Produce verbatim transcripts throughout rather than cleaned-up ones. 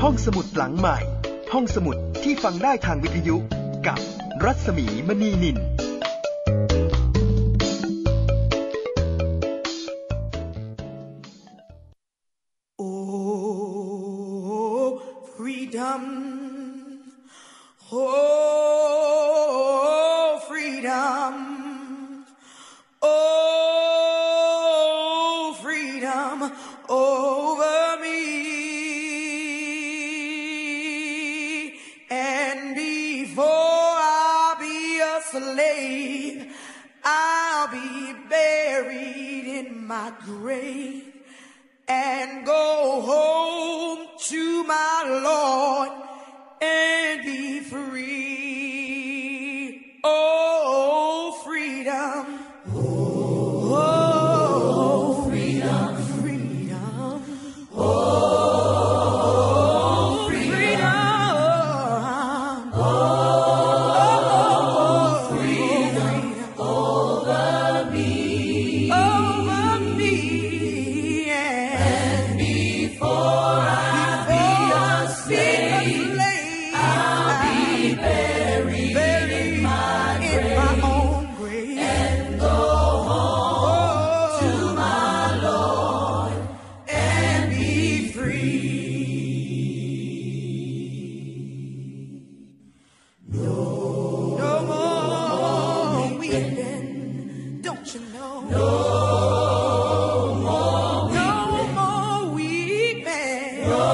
ห้องสมุดหลังใหม่ห้องสมุดที่ฟังได้ทางวิทยุกับรัศมีมณีนินโอ้ freedom โอ้ freedom โอ้ freedom over me and before I'll be a slave I'll be buried in my grave and go home to my Lord and be free. Oh, freedom. Oh, freedom. Freedom. Oh, freedom. Oh, freedom over me. Over me. And before I be a slave, I'll be buried in my own grave and go home to my Lord and be free. No, no more weeping, don't you know? No more weeping. No more weeping. No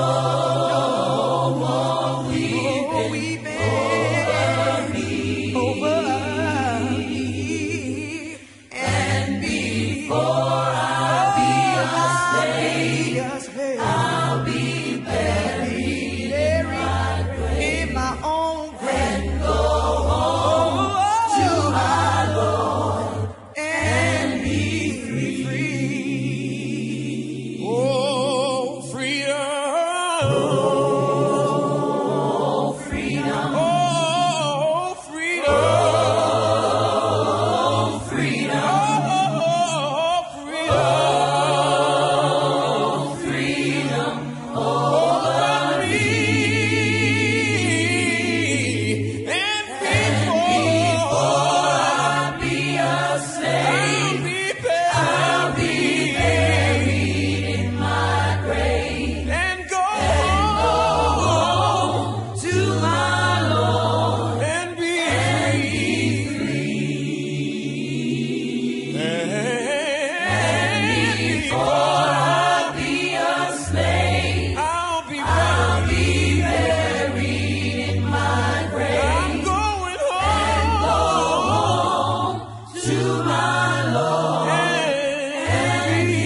more weeping over me. And before I be a slave, I'll be buried in my own grave and go home to my Lord and be free. Oh, freedom. Oh, freedom. Oh, freedom. Oh, freedom. Oh, freedom. Freedom over me. And before I be a slave, I'll be buried in my grave and go home to my Lord and be free. And before I be a slave, I'll be buried in my grave. I'm going home to my Lord and be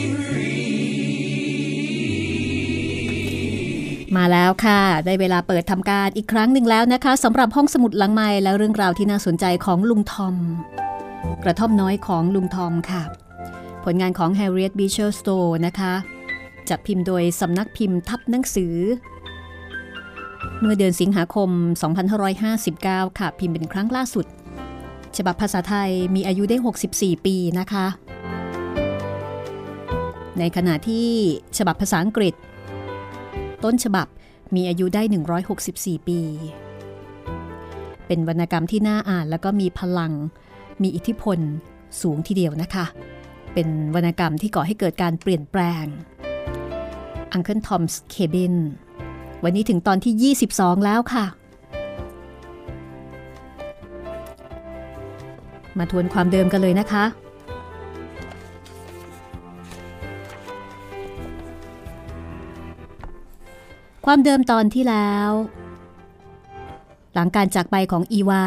free. มาแล้วค่ะได้เวลาเปิดทำการอีกครั้งหนึ่งแล้วนะคะสำหรับห้องสมุดหลังไมค์และเรื่องราวที่น่าสนใจของลุงทอมกระท่อมน้อยของลุงทอมค่ะผลงานของ Harriet Beecher Stowe นะคะจัดพิมพ์โดยสำนักพิมพ์ทับหนังสือเมื่อเดือนสิงหาคมสองพันห้าร้อยห้าสิบเก้าค่ะพิมพ์เป็นครั้งล่าสุดฉบับภาษาไทยมีอายุได้หกสิบสี่ปีนะคะในขณะที่ฉบับภาษาอังกฤษต้นฉบับมีอายุได้หนึ่งร้อยหกสิบสี่ปีเป็นวรรณกรรมที่น่าอ่านแล้วก็มีพลังมีอิทธิพลสูงทีเดียวนะคะเป็นวรรณกรรมที่ก่อให้เกิดการเปลี่ยนแปลง Uncle Tom's Cabin วันนี้ถึงตอนที่ยี่สิบสองแล้วค่ะมาทวนความเดิมกันเลยนะคะความเดิมตอนที่แล้วหลังการจากไปของอีวา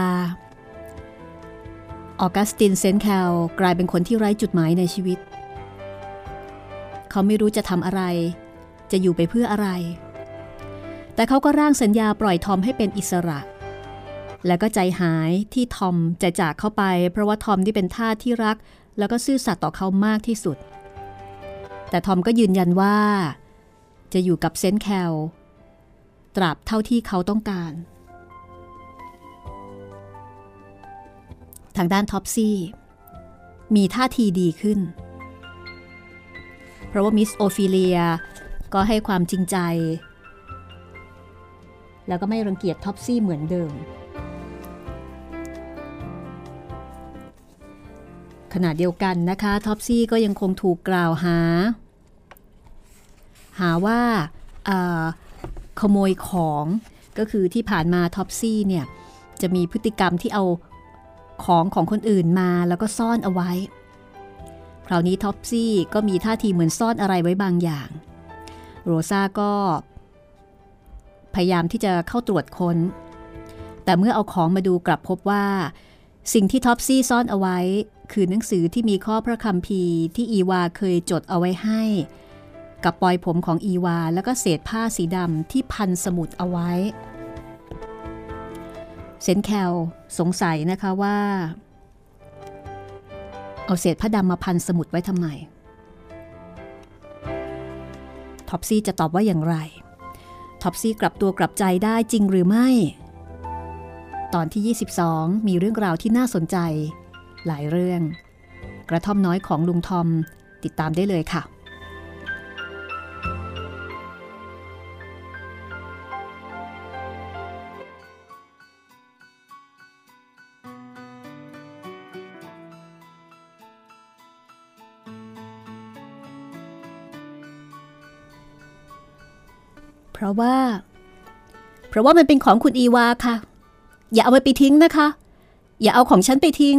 ออกัสตินเซนแคลกลายเป็นคนที่ไร้จุดหมายในชีวิตเขาไม่รู้จะทำอะไรจะอยู่ไปเพื่ออะไรแต่เขาก็ร่างสัญญาปล่อยทอมให้เป็นอิสระและก็ใจหายที่ทอมจะจากเขาไปเพราะว่าทอมที่เป็นทาสที่รักแล้วก็ซื่อสัตย์ต่อเขามากที่สุดแต่ทอมก็ยืนยันว่าจะอยู่กับเซนแคลตราบเท่าที่เขาต้องการทางด้านท็อปซี่มีท่าทีดีขึ้นเพราะว่ามิสโอฟิเลียก็ให้ความจริงใจแล้วก็ไม่รังเกียจท็อปซี่เหมือนเดิมขณะเดียวกันนะคะท็อปซี่ก็ยังคงถูกกล่าวหาหาว่าขโมยของก็คือที่ผ่านมาท็อปซี่เนี่ยจะมีพฤติกรรมที่เอาของของคนอื่นมาแล้วก็ซ่อนเอาไว้คราวนี้ท็อปซี่ก็มีท่าทีเหมือนซ่อนอะไรไว้บางอย่างโรซาก็พยายามที่จะเข้าตรวจค้นแต่เมื่อเอาของมาดูกลับพบว่าสิ่งที่ท็อปซี่ซ่อนเอาไว้คือหนังสือที่มีข้อพระคัมภีร์ที่อีวาเคยจดเอาไว้ให้กับปลอยผมของอีวาแล้วก็เศษผ้าสีดำที่พันสมุดเอาไว้เซนแคลสงสัยนะคะว่าเอาเศษผ้าดำมาพันสมุดไว้ทำไมท็อปซี่จะตอบว่าอย่างไรท็อปซี่กลับตัวกลับใจได้จริงหรือไม่ตอนที่ยี่สิบสองมีเรื่องราวที่น่าสนใจหลายเรื่องกระท่อมน้อยของลุงทอมติดตามได้เลยค่ะเพราะว่าเพราะว่ามันเป็นของคุณอีวาค่ะอย่าเอาไปทิ้งนะคะอย่าเอาของฉันไปทิ้ง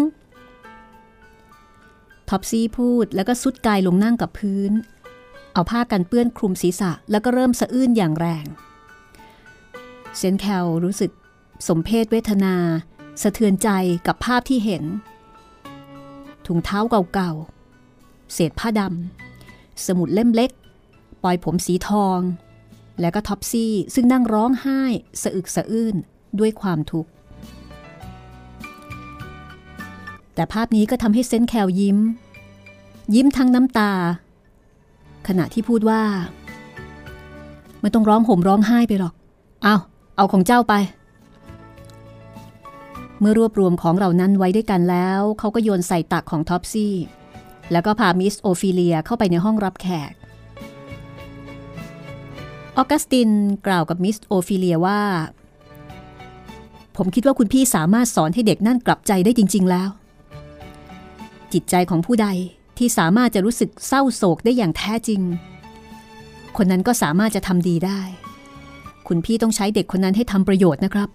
ท็อปซี่พูดแล้วก็ซุดกายลงนั่งกับพื้นเอาผ้ากันเปื้อนคลุมศีรษะแล้วก็เริ่มสะอื้นอย่างแรงเซนแคลรู้สึกสมเพชเวทนาสะเทือนใจกับภาพที่เห็นถุงเท้าเก่าๆเศษผ้าดำสมุดเล่มเล็กปลอยผมสีทองแล้วก็ท็อปซี่ซึ่งนั่งร้องไห้สะอึกสะอื้นด้วยความทุกข์แต่ภาพนี้ก็ทำให้เซนแคลยิ้มยิ้มทั้งน้ำตาขณะที่พูดว่าไม่ต้องร้องห่มร้องไห้ไปหรอกเอาเอาของเจ้าไปเมื่อรวบรวมของเหล่านั้นไว้ด้วยกันแล้วเขาก็โยนใส่ตักของท็อปซี่แล้วก็พามิสโอฟิเลียเข้าไปในห้องรับแขกออกัสตินกล่าวกับมิสโอฟิเลียว่าผมคิดว่าคุณพี่สามารถสอนให้เด็กนั่นกลับใจได้จริงๆแล้วจิตใจของผู้ใดที่สามารถจะรู้สึกเศร้าโศกได้อย่างแท้จริงคนนั้นก็สามารถจะทำดีได้คุณพี่ต้องใช้เด็กคนนั้นให้ทำประโยชน์นะครับ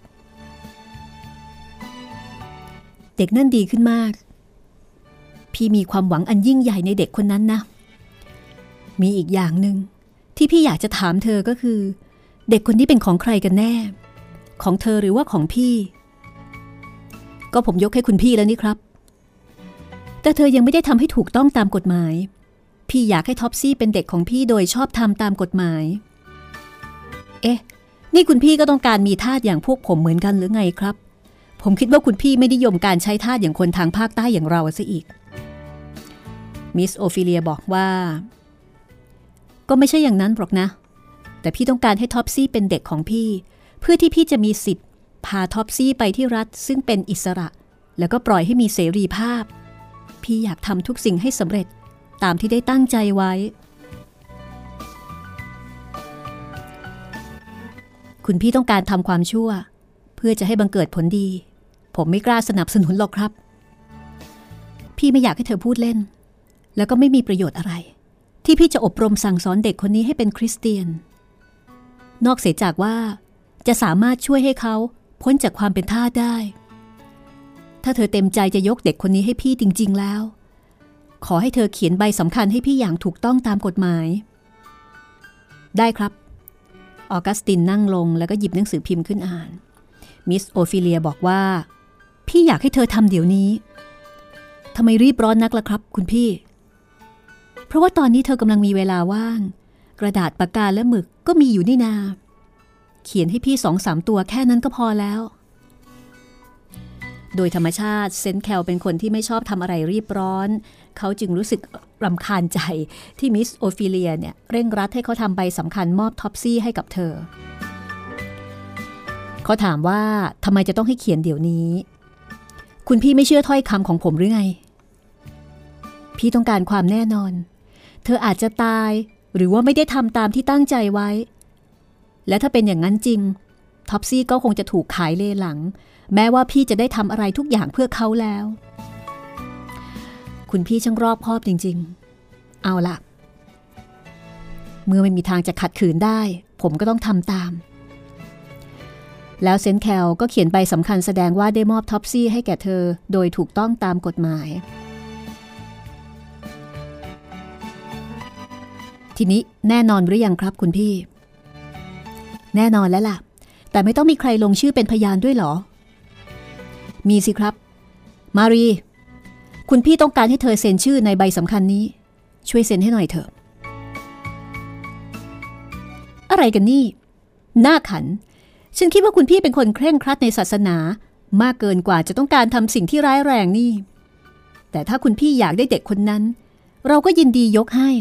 เด็กนั่นดีขึ้นมากพี่มีความหวังอันยิ่งใหญ่ในเด็กคนนั้นนะมีอีกอย่างหนึ่งที่พี่อยากจะถามเธอก็คือเด็กคนนี้เป็นของใครกันแน่ของเธอหรือว่าของพี่ก็ผมยกให้คุณพี่แล้วนี่ครับแต่เธอยังไม่ได้ทำให้ถูกต้องตามกฎหมายพี่อยากให้ท็อปซี่เป็นเด็กของพี่โดยชอบธรรมตามกฎหมายเอ๊ะนี่คุณพี่ก็ต้องการมีทาสอย่างพวกผมเหมือนกันหรือไงครับผมคิดว่าคุณพี่ไม่นิยมการใช้ทาสอย่างคนทางภาคใต้อย่างเราซะอีกมิสโอฟิเลียบอกว่าก็ไม่ใช่อย่างนั้นหรอกนะแต่พี่ต้องการให้ท็อปซี่เป็นเด็กของพี่เพื่อที่พี่จะมีสิทธิ์พาท็อปซี่ไปที่รัฐซึ่งเป็นอิสระแล้วก็ปล่อยให้มีเสรีภาพพี่อยากทำทุกสิ่งให้สำเร็จตามที่ได้ตั้งใจไว้คุณพี่ต้องการทำความชั่วเพื่อจะให้บังเกิดผลดีผมไม่กล้าสนับสนุนหรอกครับพี่ไม่อยากให้เธอพูดเล่นแล้วก็ไม่มีประโยชน์อะไรที่พี่จะอบรมสั่งสอนเด็กคนนี้ให้เป็นคริสเตียนนอกเสียจากว่าจะสามารถช่วยให้เขาพ้นจากความเป็นทาสได้ถ้าเธอเต็มใจจะยกเด็กคนนี้ให้พี่จริงๆแล้วขอให้เธอเขียนใบสำคัญให้พี่อย่างถูกต้องตามกฎหมายได้ครับออกัสตินนั่งลงแล้วก็หยิบหนังสือพิมพ์ขึ้นอ่านมิสโอฟิเลียบอกว่าพี่อยากให้เธอทำเดี๋ยวนี้ทำไมรีบร้อนนักล่ะครับคุณพี่เพราะว่าตอนนี้เธอกำลังมีเวลาว่างกระดาษปากกาและหมึกก็มีอยู่นี่นาเขียนให้พี่สองสามตัวแค่นั้นก็พอแล้วโดยธรรมชาติเซนแคลเป็นคนที่ไม่ชอบทำอะไรรีบร้อนเขาจึงรู้สึกรำคาญใจที่มิสโอฟิเลียเนี่ยเร่งรัดให้เขาทำใบสำคัญมอบท็อปซี่ให้กับเธอเขาถามว่าทำไมจะต้องให้เขียนเดี๋ยวนี้คุณพี่ไม่เชื่อถ้อยคำของผมหรือไงพี่ต้องการความแน่นอนเธออาจจะตายหรือว่าไม่ได้ทำตามที่ตั้งใจไว้และถ้าเป็นอย่างนั้นจริงท็อปซี่ก็คงจะถูกขายเลหลังแม้ว่าพี่จะได้ทำอะไรทุกอย่างเพื่อเขาแล้วคุณพี่ช่างรอบคอบจริงๆเอาล่ะเมื่อไม่มีทางจะขัดขืนได้ผมก็ต้องทำตามแล้วเซนต์แคลก็เขียนใบสำคัญแสดงว่าได้มอบท็อปซี่ให้แก่เธอโดยถูกต้องตามกฎหมายทีนี้แน่นอนหรือยังครับคุณพี่แน่นอนแล้วล่ะแต่ไม่ต้องมีใครลงชื่อเป็นพยานด้วยเหรอมีสิครับมารีคุณพี่ต้องการให้เธอเซ็นชื่อในใบสำคัญนี้ช่วยเซ็นให้หน่อยเถอะอะไรกันนี่หน้าขันฉันคิดว่าคุณพี่เป็นคนเคร่งครัดในศาสนามากเกินกว่าจะต้องการทำสิ่งที่ร้ายแรงนี่แต่ถ้าคุณพี่อยากได้เด็กคนนั้นเราก็ยินดียกให้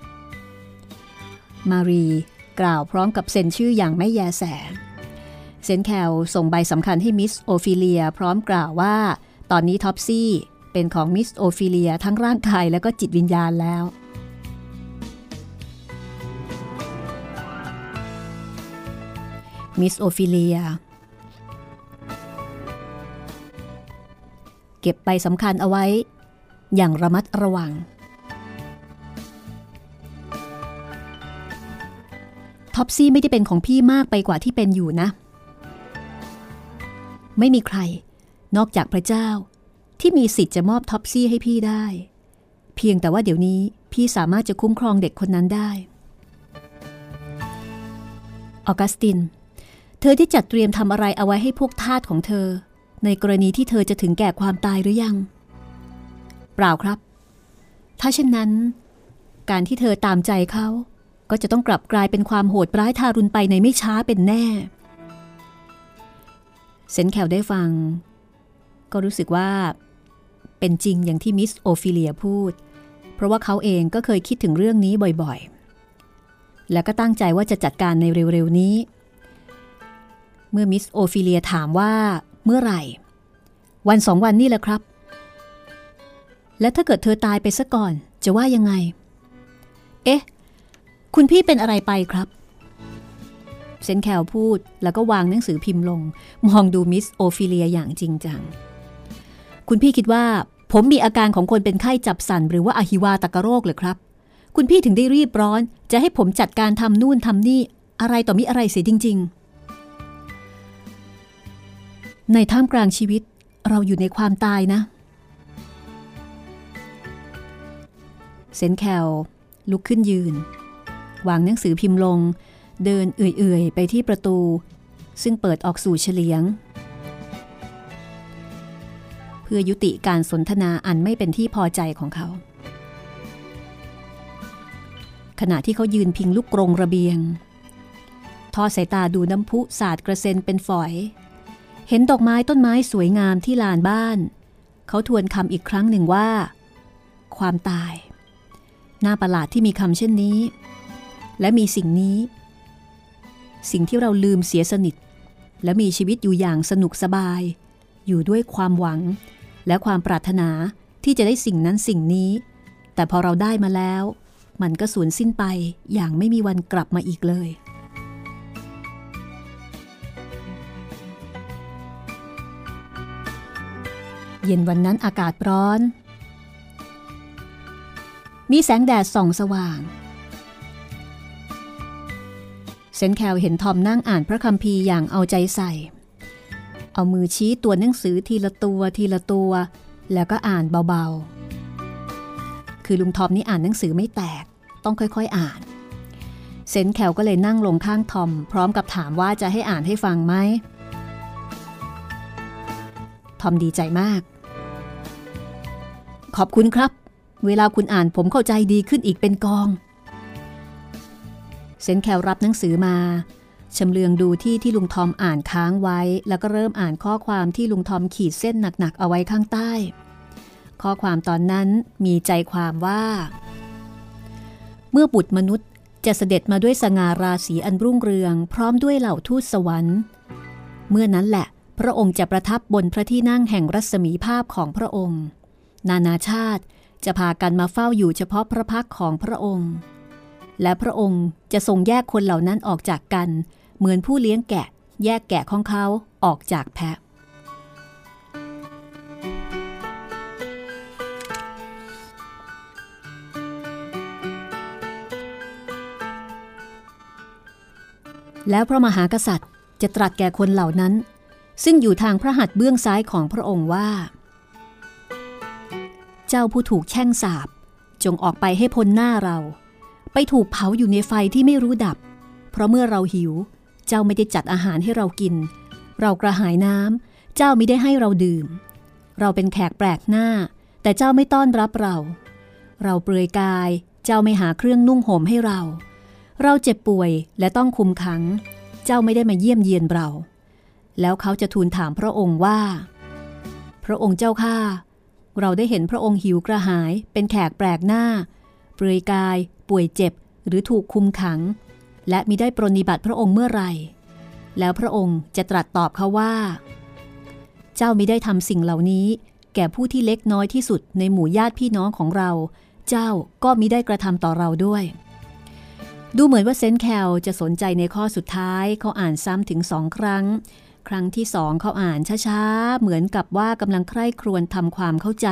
มารีกล่าวพร้อมกับเซ็นชื่ออย่างไม่แยแสเซนต์แคลส่งใบสำคัญให้มิสโอฟิเลียพร้อมกล่าวว่าตอนนี้ท็อปซี่เป็นของมิสโอฟิเลียทั้งร่างกายและก็จิตวิญญาณแล้วมิสโอฟิเลียเก็บใบสำคัญเอาไว้อย่างระมัดระวังท็อปซี่ไม่ได้เป็นของพี่มากไปกว่าที่เป็นอยู่นะไม่มีใครนอกจากพระเจ้าที่มีสิทธิ์จะมอบท็อปซี่ให้พี่ได้เพียงแต่ว่าเดี๋ยวนี้พี่สามารถจะคุ้มครองเด็กคนนั้นได้ออกัสตินเธอได้จัดเตรียมทำอะไรเอาไว้ให้พวกทาสของเธอในกรณีที่เธอจะถึงแก่ความตายหรือยังเปล่าครับถ้าเช่นนั้นการที่เธอตามใจเขาก็จะต้องกลับกลายเป็นความโหดร้ายทารุณไปในไม่ช้าเป็นแน่เซนต์แคลได้ฟังก็รู้สึกว่าเป็นจริงอย่างที่มิสโอฟิเลียพูดเพราะว่าเขาเองก็เคยคิดถึงเรื่องนี้บ่อยๆและก็ตั้งใจว่าจะจัดการในเร็วๆนี้เมื่อมิสโอฟิเลียถามว่าเมื่อไหร่วันสองวันนี่แหละครับและถ้าเกิดเธอตายไปซะก่อนจะว่ายังไงเอ๊ะคุณพี่เป็นอะไรไปครับเซนต์แคลพูดแล้วก็วางหนังสือพิมพ์ลงมองดูมิสโอฟิเลียอย่างจริงจังคุณพี่คิดว่าผมมีอาการของคนเป็นไข้จับสั่นหรือว่าอหิวาตกโรคเหรอครับคุณพี่ถึงได้รีบร้อนจะให้ผมจัดการทำนู่นทำนี่อะไรต่อมิอะไรเสียจริงๆในท่ามกลางชีวิตเราอยู่ในความตายนะเซนต์แคลลุกขึ้นยืนวางหนังสือพิมพ์ลงเดินเอื่อยๆไปที่ประตูซึ่งเปิดออกสู่เฉลียงเพื่อยุติการสนทนาอันไม่เป็นที่พอใจของเขาขณะที่เขายืนพิงลูกกรงระเบียงทอดสายตาดูน้ำพุสาดกระเซ็นเป็นฝอยเห็นดอกไม้ต้นไม้สวยงามที่ลานบ้านเขาทวนคำอีกครั้งหนึ่งว่าความตายน่าประหลาดที่มีคำเช่นนี้และมีสิ่งนี้สิ่งที่เราลืมเสียสนิทและมีชีวิตอยู่อย่างสนุกสบายอยู่ด้วยความหวังและความปรารถนาที่จะได้สิ่งนั้นสิ่งนี้แต่พอเราได้มาแล้วมันก็สูญสิ้นไปอย่างไม่มีวันกลับมาอีกเลยเย็นวันนั้นอากาศร้อนมีแสงแดดส่องสว่างเซนต์แคลเห็นทอมนั่งอ่านพระคัมภีร์อย่างเอาใจใส่เอามือชี้ตัวหนังสือทีละตัวทีละตัวแล้วก็อ่านเบาๆคือลุงทอมนี่อ่านหนังสือไม่แตกต้องค่อยๆอ่านเซนต์แคลก็เลยนั่งลงข้างทอมพร้อมกับถามว่าจะให้อ่านให้ฟังไหมทอมดีใจมากขอบคุณครับเวลาคุณอ่านผมเข้าใจดีขึ้นอีกเป็นกองเซนต์แคลรับหนังสือมาชำเลืองดูที่ที่ลุงทอมอ่านค้างไว้แล้วก็เริ่มอ่านข้อความที่ลุงทอมขีดเส้นหนักๆเอาไว้ข้างใต้ข้อความตอนนั้นมีใจความว่าเมื่อบุตรมนุษย์จะเสด็จมาด้วยสง่าราศีอันรุ่งเรืองพร้อมด้วยเหล่าทูตสวรรค์เมื่อนั้นแหละพระองค์จะประทับบนพระที่นั่งแห่งรัศมีภาพของพระองค์นานาชาติจะพากันมาเฝ้าอยู่เฉพาะพระพักของพระองค์และพระองค์จะทรงแยกคนเหล่านั้นออกจากกันเหมือนผู้เลี้ยงแกะแยกแกะของเขาออกจากแพะแล้วพระมหากษัตริย์จะตรัสแก่คนเหล่านั้นซึ่งอยู่ทางพระหัตถ์เบื้องซ้ายของพระองค์ว่าเจ้าผู้ถูกแช่งสาปจงออกไปให้พ้นหน้าเราไปถูกเผาอยู่ในไฟที่ไม่รู้ดับเพราะเมื่อเราหิวเจ้าไม่ได้จัดอาหารให้เรากินเรากระหายน้ำเจ้าไม่ได้ให้เราดื่มเราเป็นแขกแปลกหน้าแต่เจ้าไม่ต้อนรับเราเราเปลือยกายเจ้าไม่หาเครื่องนุ่งห่มให้เราเราเจ็บป่วยและต้องคุมขังเจ้าไม่ได้มาเยี่ยมเยียนเราแล้วเขาจะทูลถามพระองค์ว่าพระองค์เจ้าข้าเราได้เห็นพระองค์หิวกระหายเป็นแขกแปลกหน้าเปลือยกายป่วยเจ็บหรือถูกคุมขังและมิได้ปรนนิบัติพระองค์เมื่อไหร่แล้วพระองค์จะตรัสตอบเขาว่าเจ้ามิได้ทำสิ่งเหล่านี้แก่ผู้ที่เล็กน้อยที่สุดในหมู่ญาติพี่น้องของเราเจ้าก็มิได้กระทำต่อเราด้วยดูเหมือนว่าเซนต์แคลจะสนใจในข้อสุดท้ายเขาอ่านซ้ำถึงสองครั้งครั้งที่สองเขาอ่านช้าๆเหมือนกับว่ากำลังใคร่ครวญทำความเข้าใจ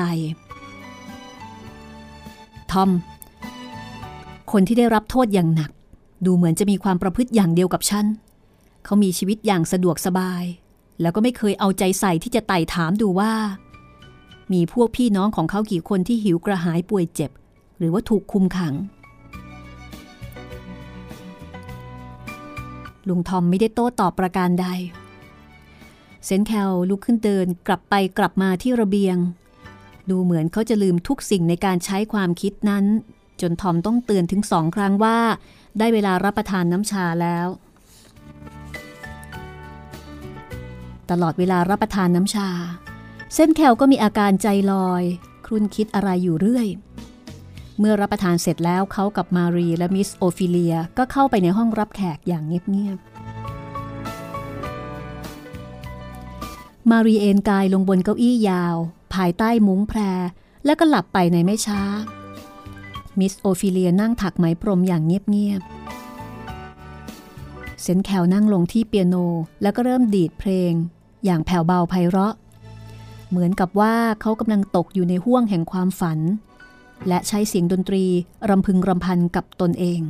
ทอมคนที่ได้รับโทษอย่างหนักดูเหมือนจะมีความประพฤติอย่างเดียวกับฉันเขามีชีวิตอย่างสะดวกสบายแล้วก็ไม่เคยเอาใจใส่ที่จะไต่ถามดูว่ามีพวกพี่น้องของเขากี่คนที่หิวกระหายป่วยเจ็บหรือว่าถูกคุมขังลุงทอมไม่ได้โต้ตอบประการใดเซนต์แคลลุกขึ้นเดินกลับไปกลับมาที่ระเบียงดูเหมือนเขาจะลืมทุกสิ่งในการใช้ความคิดนั้นจนทอมต้องเตือนถึงสองครั้งว่าได้เวลารับประทานน้ำชาแล้วตลอดเวลารับประทานน้ำชาเซนต์แคลก็มีอาการใจลอยครุ่นคิดอะไรอยู่เรื่อยเมื่อรับประทานเสร็จแล้วเขากับมารีและมิสโอฟิเลียก็เข้าไปในห้องรับแขกอย่างเงียบๆมารีเอนกายลงบนเก้าอี้ยาวภายใต้มุ้งแพรแล้วก็หลับไปในไม่ช้ามิสโอฟิเลียนั่งถักไหมพรมอย่างเงียบๆเซนต์แคลนั่งลงที่เปียโนแล้วก็เริ่มดีดเพลงอย่างแผ่วเบาไพเราะเหมือนกับว่าเขากำลังตกอยู่ในห้วงแห่งความฝันและใช้เสียงดนตรีรำพึงรำพันกับตนเอง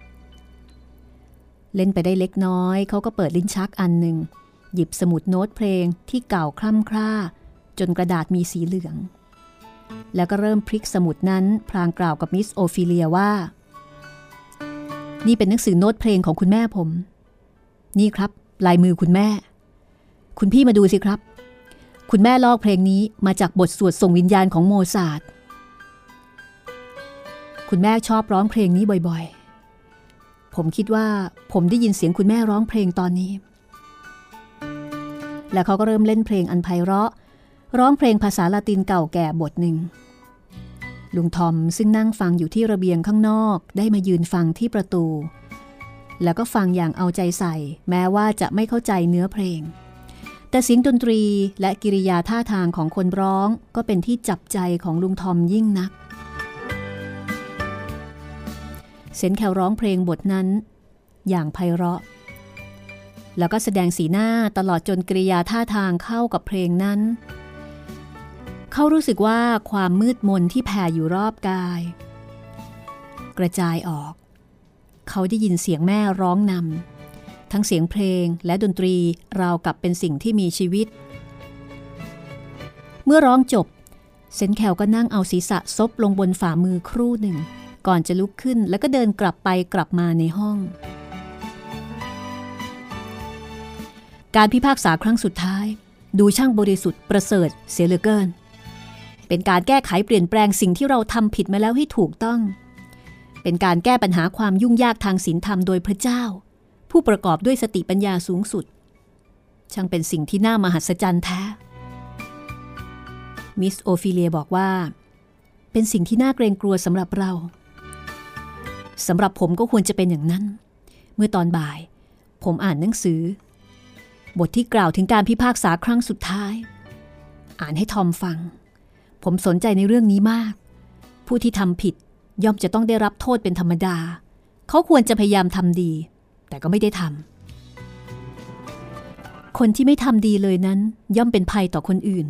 เล่นไปได้เล็กน้อยเขาก็เปิดลิ้นชักอันหนึ่งหยิบสมุดโน้ตเพลงที่เก่าคล่ำคร่าจนกระดาษมีสีเหลืองแล้วก็เริ่มพลิกสมุดนั้นพลางกล่าวกับมิสโอฟิเลียว่านี่เป็นหนังสือโน้ตเพลงของคุณแม่ผมนี่ครับลายมือคุณแม่คุณพี่มาดูสิครับคุณแม่ลอกเพลงนี้มาจากบทสวดส่งวิญญาณของโมซาร์ทคุณแม่ชอบร้องเพลงนี้บ่อยๆผมคิดว่าผมได้ยินเสียงคุณแม่ร้องเพลงตอนนี้แล้วเขาก็เริ่มเล่นเพลงอันไพเราะร้องเพลงภาษาละตินเก่าแก่บทหนึ่งลุงทอมซึ่งนั่งฟังอยู่ที่ระเบียงข้างนอกได้มายืนฟังที่ประตูแล้วก็ฟังอย่างเอาใจใส่แม้ว่าจะไม่เข้าใจเนื้อเพลงแต่เสียงดนตรีและกิริยาท่าทางของคนร้องก็เป็นที่จับใจของลุงทอมยิ่งนักเซนต์แคลร้องเพลงบทนั้นอย่างไพเราะแล้วก็แสดงสีหน้าตลอดจนกริยาท่าทางเข้ากับเพลงนั้นเขารู้สึกว่าความมืดมนที่แผ่อยู่รอบกายกระจายออกเขาได้ยินเสียงแม่ร้องนำทั้งเสียงเพลงและดนตรีราวกับเป็นสิ่งที่มีชีวิตเมื่อร้องจบเซนต์แคลก็นั่งเอาศีรษะซบลงบนฝ่ามือครู่หนึ่งก่อนจะลุกขึ้นแล้วก็เดินกลับไปกลับมาในห้องการพิพากษาครั้งสุดท้ายดูช่างบริสุทธิ์ประเสริฐเสียเหลือเกินเป็นการแก้ไขเปลี่ยนแปลงสิ่งที่เราทำผิดมาแล้วให้ถูกต้องเป็นการแก้ปัญหาความยุ่งยากทางศีลธรรมโดยพระเจ้าผู้ประกอบด้วยสติปัญญาสูงสุดช่างเป็นสิ่งที่น่ามหัศจรรย์แท้มิสโอฟิเลียบอกว่าเป็นสิ่งที่น่าเกรงกลัวสำหรับเราสำหรับผมก็ควรจะเป็นอย่างนั้นเมื่อตอนบ่ายผมอ่านหนังสือบทที่กล่าวถึงการพิพากษาครั้งสุดท้ายอ่านให้ทอมฟังผมสนใจในเรื่องนี้มากผู้ที่ทำผิดย่อมจะต้องได้รับโทษเป็นธรรมดาเขาควรจะพยายามทำดีแต่ก็ไม่ได้ทคนที่ไม่ทำดีเลยนั้นย่อมเป็นภัยต่อคนอื่น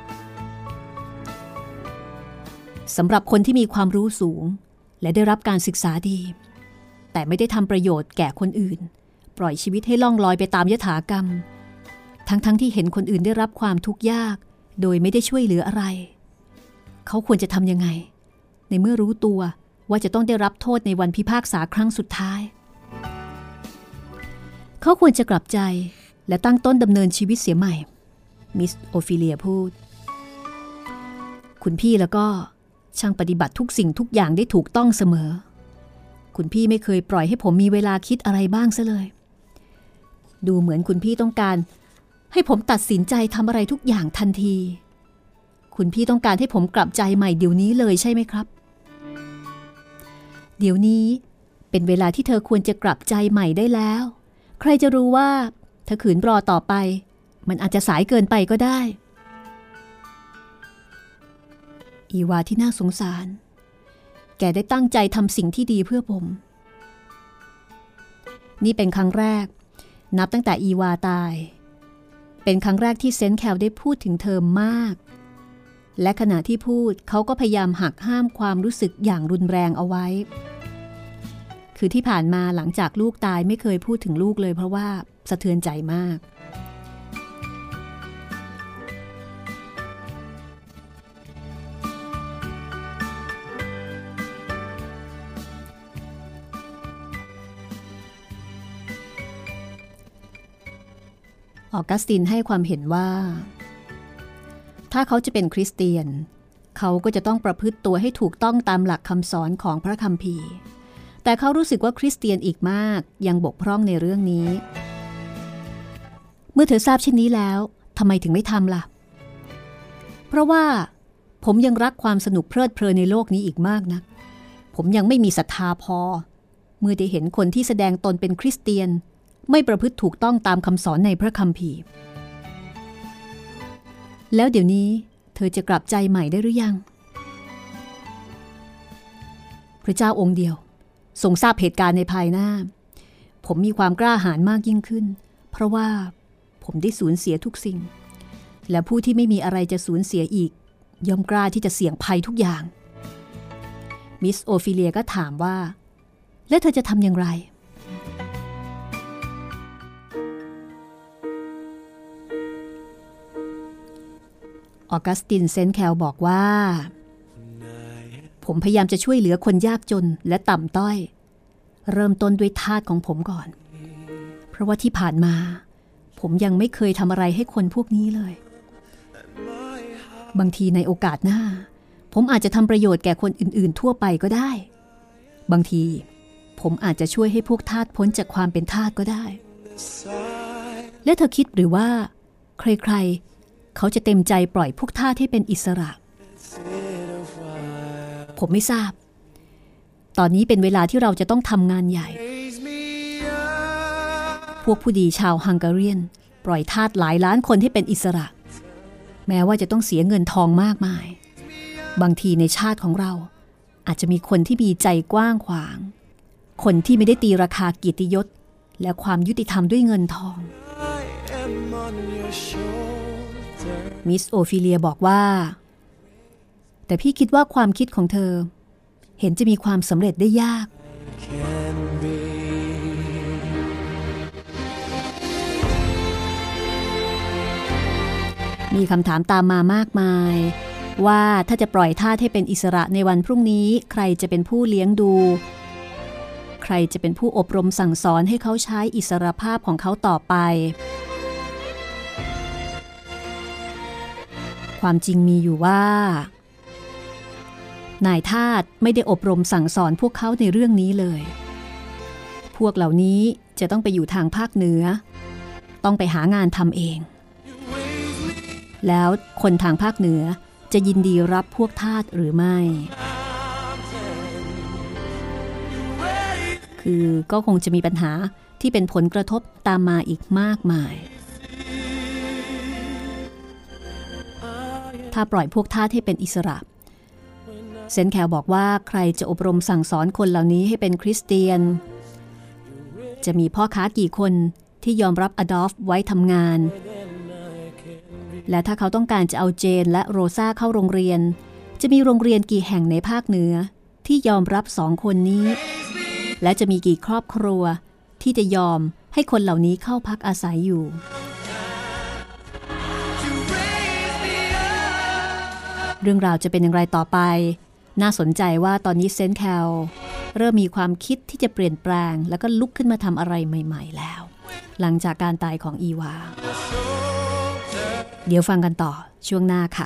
สำหรับคนที่มีความรู้สูงและได้รับการศึกษาดีแต่ไม่ได้ทำประโยชน์แก่คนอื่นปล่อยชีวิตให้ล่องลอยไปตามยถากรรมทั้งๆ ท, ที่เห็นคนอื่นได้รับความทุกข์ยากโดยไม่ได้ช่วยเหลืออะไรเขาควรจะทำยังไงในเมื่อรู้ตัวว่าจะต้องได้รับโทษในวันพิพากษาครั้งสุดท้ายเขาควรจะกลับใจและตั้งต้นดำเนินชีวิตเสียใหม่มิสโอฟิเลียพูดคุณพี่แล้วก็ช่างปฏิบัติทุกสิ่งทุกอย่างได้ถูกต้องเสมอคุณพี่ไม่เคยปล่อยให้ผมมีเวลาคิดอะไรบ้างซะเลยดูเหมือนคุณพี่ต้องการให้ผมตัดสินใจทำอะไรทุกอย่างทันทีคุณพี่ต้องการให้ผมกลับใจใหม่เดี๋ยวนี้เลยใช่ไหมครับเดี๋ยวนี้เป็นเวลาที่เธอควรจะกลับใจใหม่ได้แล้วใครจะรู้ว่าถ้าขืนรอต่อไปมันอาจจะสายเกินไปก็ได้อีวาที่น่าสงสารแกได้ตั้งใจทำสิ่งที่ดีเพื่อผมนี่เป็นครั้งแรกนับตั้งแต่อีวาตายเป็นครั้งแรกที่เซนต์แคลได้พูดถึงเธอมากและขณะที่พูดเขาก็พยายามหักห้ามความรู้สึกอย่างรุนแรงเอาไว้คือที่ผ่านมาหลังจากลูกตายไม่เคยพูดถึงลูกเลยเพราะว่าสะเทือนใจมากออกัสตินให้ความเห็นว่าถ้าเขาจะเป็นคริสเตียนเขาก็จะต้องประพฤติตัวให้ถูกต้องตามหลักคำสอนของพระคัมภีร์แต่เขารู้สึกว่าคริสเตียนอีกมากยังบกพร่องในเรื่องนี้เมื่อเธอทราบเช่นนี้แล้วทำไมถึงไม่ทำล่ะเพราะว่าผมยังรักความสนุกเพลิดเพลินในโลกนี้อีกมากนักผมยังไม่มีศรัทธาพอเมื่อได้เห็นคนที่แสดงตนเป็นคริสเตียนไม่ประพฤติถูกต้องตามคำสอนในพระคัมภีร์แล้วเดี๋ยวนี้เธอจะกลับใจใหม่ได้หรือยังพระเจ้าองค์เดียวทรงทราบเหตุการณ์ในภายหน้าผมมีความกล้าหาญมากยิ่งขึ้นเพราะว่าผมได้สูญเสียทุกสิ่งและผู้ที่ไม่มีอะไรจะสูญเสียอีกย่อมกล้าที่จะเสี่ยงภัยทุกอย่างมิสโอฟิเลียก็ถามว่าและเธอจะทำอย่างไรออกัสตินเซนต์แคลบอกว่าผมพยายามจะช่วยเหลือคนยากจนและต่ำต้อยเริ่มต้นด้วยทาสของผมก่อนเพราะว่าที่ผ่านมาผมยังไม่เคยทำอะไรให้คนพวกนี้เลยบางทีในโอกาสหน้าผมอาจจะทำประโยชน์แก่คนอื่นๆทั่วไปก็ได้บางทีผมอาจจะช่วยให้พวกทาสพ้นจากความเป็นทาสก็ได้และเธอคิดหรือว่าใครๆเขาจะเต็มใจปล่อยพวกทาสให้เป็นอิสระผมไม่ทราบตอนนี้เป็นเวลาที่เราจะต้องทำงานใหญ่พวกผู้ดีชาวฮังการีนปล่อยทาสหลายล้านคนให้เป็นอิสระแม้ว่าจะต้องเสียเงินทองมากมายบางทีในชาติของเราอาจจะมีคนที่มีใจกว้างขวางคนที่ไม่ได้ตีราคาเกียรติยศและความยุติธรรมด้วยเงินทองมิสโอฟิเลียบอกว่าแต่พี่คิดว่าความคิดของเธอเห็นจะมีความสำเร็จได้ยากมีคำถามตามมามากมายว่าถ้าจะปล่อยทาสให้เป็นอิสระในวันพรุ่งนี้ใครจะเป็นผู้เลี้ยงดูใครจะเป็นผู้อบรมสั่งสอนให้เขาใช้อิสรภาพของเขาต่อไปความจริงมีอยู่ว่านายทาสไม่ได้อบรมสั่งสอนพวกเขาในเรื่องนี้เลยพวกเหล่านี้จะต้องไปอยู่ทางภาคเหนือต้องไปหางานทำเองแล้วคนทางภาคเหนือจะยินดีรับพวกทาสหรือไม่คือก็คงจะมีปัญหาที่เป็นผลกระทบตามมาอีกมากมายถ้าปล่อยพวกทาสให้เป็นอิสระเซนต์แคลบอกว่าใครจะอบรมสั่งสอนคนเหล่านี้ให้เป็นคริสเตียนจะมีพ่อค้ากี่คนที่ยอมรับอดอล์ฟไว้ทำงานและถ้าเขาต้องการจะเอาเจนและโรซาเข้าโรงเรียนจะมีโรงเรียนกี่แห่งในภาคเหนือที่ยอมรับสองคนนี้และจะมีกี่ครอบครัวที่จะยอมให้คนเหล่านี้เข้าพักอาศัยอยู่เรื่องราวจะเป็นอย่างไรต่อไปน่าสนใจว่าตอนนี้เซนต์แคลเริ่มมีความคิดที่จะเปลี่ยนแปลงแล้วก็ลุกขึ้นมาทำอะไรใหม่ๆแล้วหลังจากการตายของอีวาเดี๋ยวฟังกันต่อช่วงหน้าค่ะ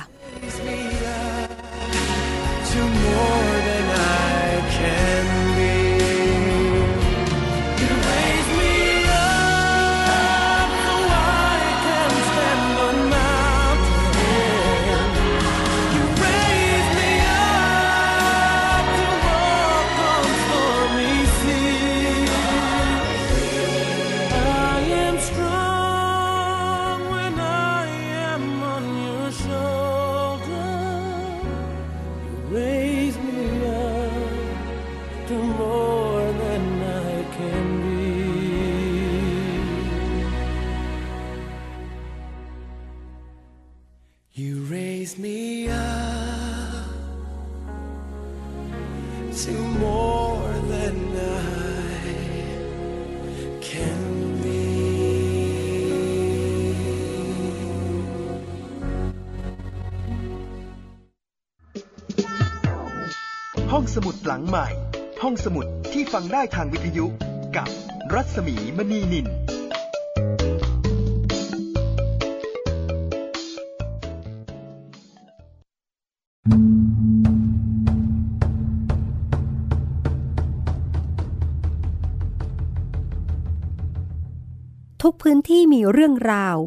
ห้องสมุดหลังใหม่ห้องสมุดที่ฟังได้ทางวิทยุกับรัศมีมณีนินทุกพื้นที่มีเรื่องราว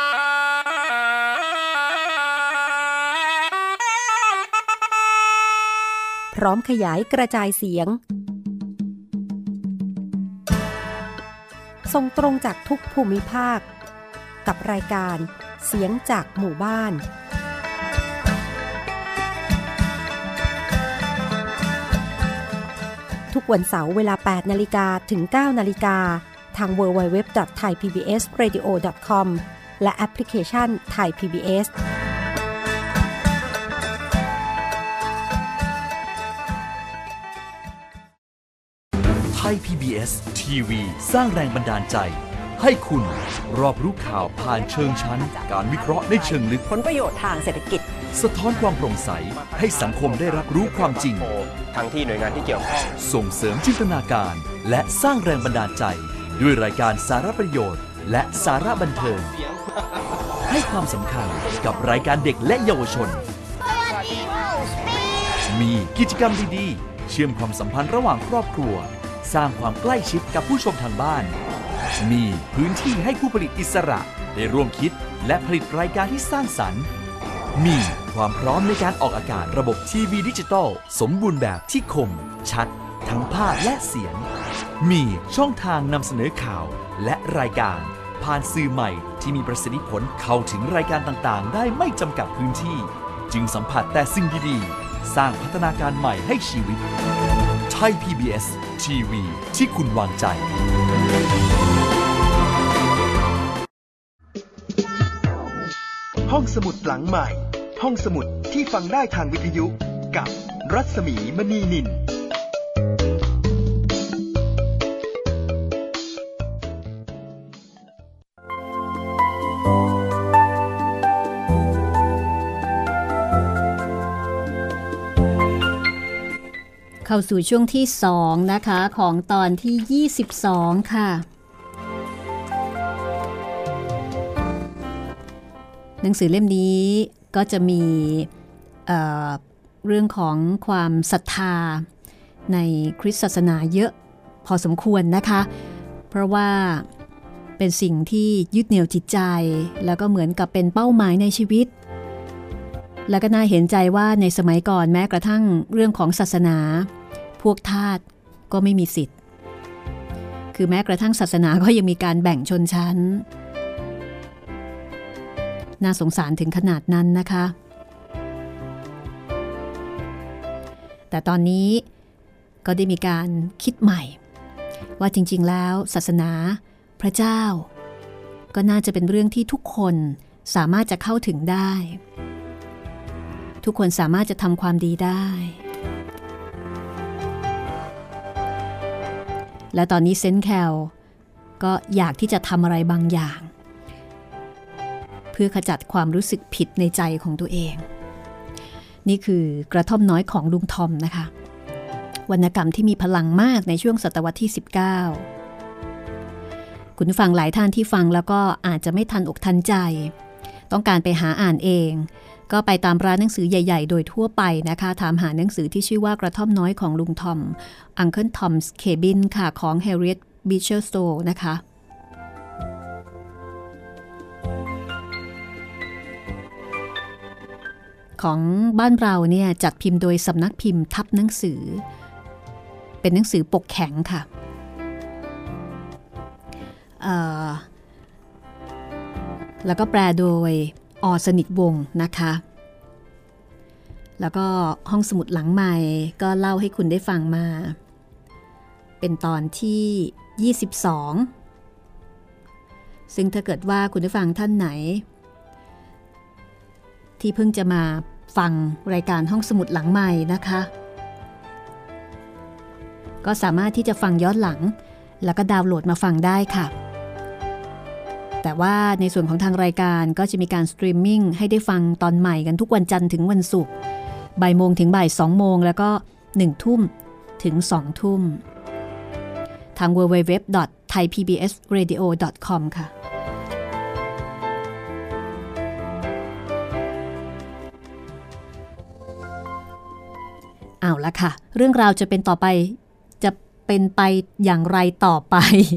พร้อมขยายกระจายเสียงส่งตรงจากทุกภูมิภาคกับรายการเสียงจากหมู่บ้านทุกวันเสาร์เวลา แปดนาฬิกา ถึง เก้านาฬิกา ทาง ดับเบิลยู ดับเบิลยู ดับเบิลยู ดอท ไทยพีบีเอสเรดิโอ ดอท คอม และแอปพลิเคชัน Thai พี บี เอสไทย พี บี เอส ที วี สร้างแรงบันดาลใจให้คุณรอบรู้ข่าวผ่านเชิงชั้นการวิเคราะห์ในเชิงลึกผลประโยชน์ทางเศรษฐกิจสะท้อนความโปร่งใสให้สังคมได้รับรู้ความจริงทั้งที่หน่วยงานที่เกี่ยวข้องส่งเสริมจินตนาการและสร้างแรงบันดาลใจด้วยรายการสาระประโยชน์และสาระบันเทิงให้ความสำคัญกับรายการเด็กและเยาวชนมีกิจกรรมดีๆเชื่อมความสัมพันธ์ระหว่างครอบครัวสร้างความใกล้ชิดกับผู้ชมทางบ้านมีพื้นที่ให้ผู้ผลิตอิสระได้ร่วมคิดและผลิตรายการที่สร้างสรรค์มีความพร้อมในการออกอากาศระบบทีวีดิจิตอลสมบูรณ์แบบที่คมชัดทั้งภาพและเสียงมีช่องทางนำเสนอข่าวและรายการผ่านสื่อใหม่ที่มีประสิทธิผลเข้าถึงรายการต่างๆได้ไม่จำกัดพื้นที่จึงสัมผัสแต่สิ่งดีๆสร้างพัฒนาการใหม่ให้ชีวิตไทย พี บี เอส ที วี ที่คุณวางใจห้องสมุดหลังใหม่ห้องสมุดที่ฟังได้ทางวิทยุกับรัศมีมณีนินเข้าสู่ช่วงที่สองนะคะของตอนที่ยี่สิบสองค่ะหนังสือเล่มนี้ก็จะมี เอ่อ เรื่องของความศรัทธาในคริสตศาสนาเยอะพอสมควรนะคะเพราะว่าเป็นสิ่งที่ยึดเหนี่ยวจิตใจแล้วก็เหมือนกับเป็นเป้าหมายในชีวิตแล้วก็น่าเห็นใจว่าในสมัยก่อนแม้กระทั่งเรื่องของศาสนาพวกทาสก็ไม่มีสิทธิ์คือแม้กระทั่งศาสนาก็ยังมีการแบ่งชนชั้นน่าสงสารถึงขนาดนั้นนะคะแต่ตอนนี้ก็ได้มีการคิดใหม่ว่าจริงๆแล้วศาสนาพระเจ้าก็น่าจะเป็นเรื่องที่ทุกคนสามารถจะเข้าถึงได้ทุกคนสามารถจะทำความดีได้และตอนนี้เซนต์แคลก็อยากที่จะทำอะไรบางอย่างเพื่อขจัดความรู้สึกผิดในใจของตัวเองนี่คือกระท่อมน้อยของลุงทอมนะคะวรรณกรรมที่มีพลังมากในช่วงศตวรรษที่สิบเก้าคุณผู้ฟังหลายท่านที่ฟังแล้วก็อาจจะไม่ทันอกทันใจต้องการไปหาอ่านเองก็ไปตามร้านหนังสือใหญ่ๆโดยทั่วไปนะคะถามหาหนังสือที่ชื่อว่ากระท่อมน้อยของลุงทอม Uncle Tom's Cabin ค่ะของ Harriet Beecher Stowe นะคะของบ้านเราเนี่ยจัดพิมพ์โดยสำนักพิมพ์ทับหนังสือเป็นหนังสือปกแข็งค่ะแล้วก็แปลโดยอ.สนิทวงศ์นะคะแล้วก็ห้องสมุดหลังใหม่ก็เล่าให้คุณได้ฟังมาเป็นตอนที่ยี่สิบสองซึ่งถ้าเกิดว่าคุณผู้ฟังท่านไหนที่เพิ่งจะมาฟังรายการห้องสมุดหลังใหม่นะคะก็สามารถที่จะฟังย้อนหลังแล้วก็ดาวน์โหลดมาฟังได้ค่ะแต่ว่าในส่วนของทางรายการก็จะมีการสตรีมมิ่งให้ได้ฟังตอนใหม่กันทุกวันจันทร์ถึงวันศุกร์บ่ายโมงถึงบ่ายสองโมงแล้วก็หนึ่งทุ่มถึงสองทุ่มทาง ดับเบิลยู ดับเบิลยู ดับเบิลยู ดอท ไทย พี บี เอส เรดิโอ ดอท คอม ค่ะเอาละค่ะเรื่องราวจะเป็นต่อไปจะเป็นไปอย่างไรต่อไป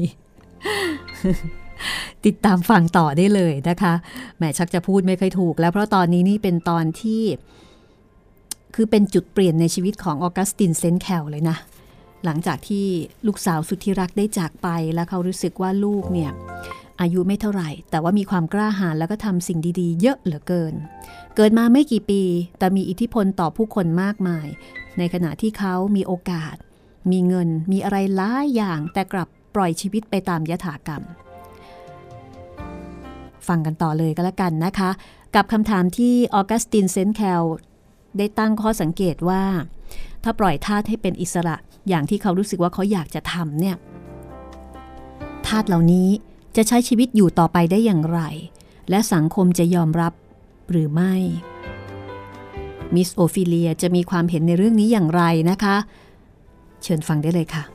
ติดตามฟังต่อได้เลยนะคะแหมชักจะพูดไม่ค่อยถูกแล้วเพราะตอนนี้นี่เป็นตอนที่คือเป็นจุดเปลี่ยนในชีวิตของออกัสตินเซนต์แคลเลยนะหลังจากที่ลูกสาวสุดที่รักได้จากไปแล้วเขารู้สึกว่าลูกเนี่ยอายุไม่เท่าไหร่แต่ว่ามีความกล้าหาญแล้วก็ทำสิ่งดีๆเยอะเหลือเกินเกิดมาไม่กี่ปีแต่มีอิทธิพลต่อผู้คนมากมายในขณะที่เขามีโอกาสมีเงินมีอะไรหลายอย่างแต่กลับปล่อยชีวิตไปตามยถากรรมฟังกันต่อเลยก็แล้วกันนะคะกับคำถามที่ออกัสตินเซนต์แคลได้ตั้งข้อสังเกตว่าถ้าปล่อยทาสให้เป็นอิสระอย่างที่เขารู้สึกว่าเขาอยากจะทำเนี่ยทาสเหล่านี้จะใช้ชีวิตอยู่ต่อไปได้อย่างไรและสังคมจะยอมรับหรือไม่มิสโอฟิเลียจะมีความเห็นในเรื่องนี้อย่างไรนะคะเชิญฟังได้เลยค่ะ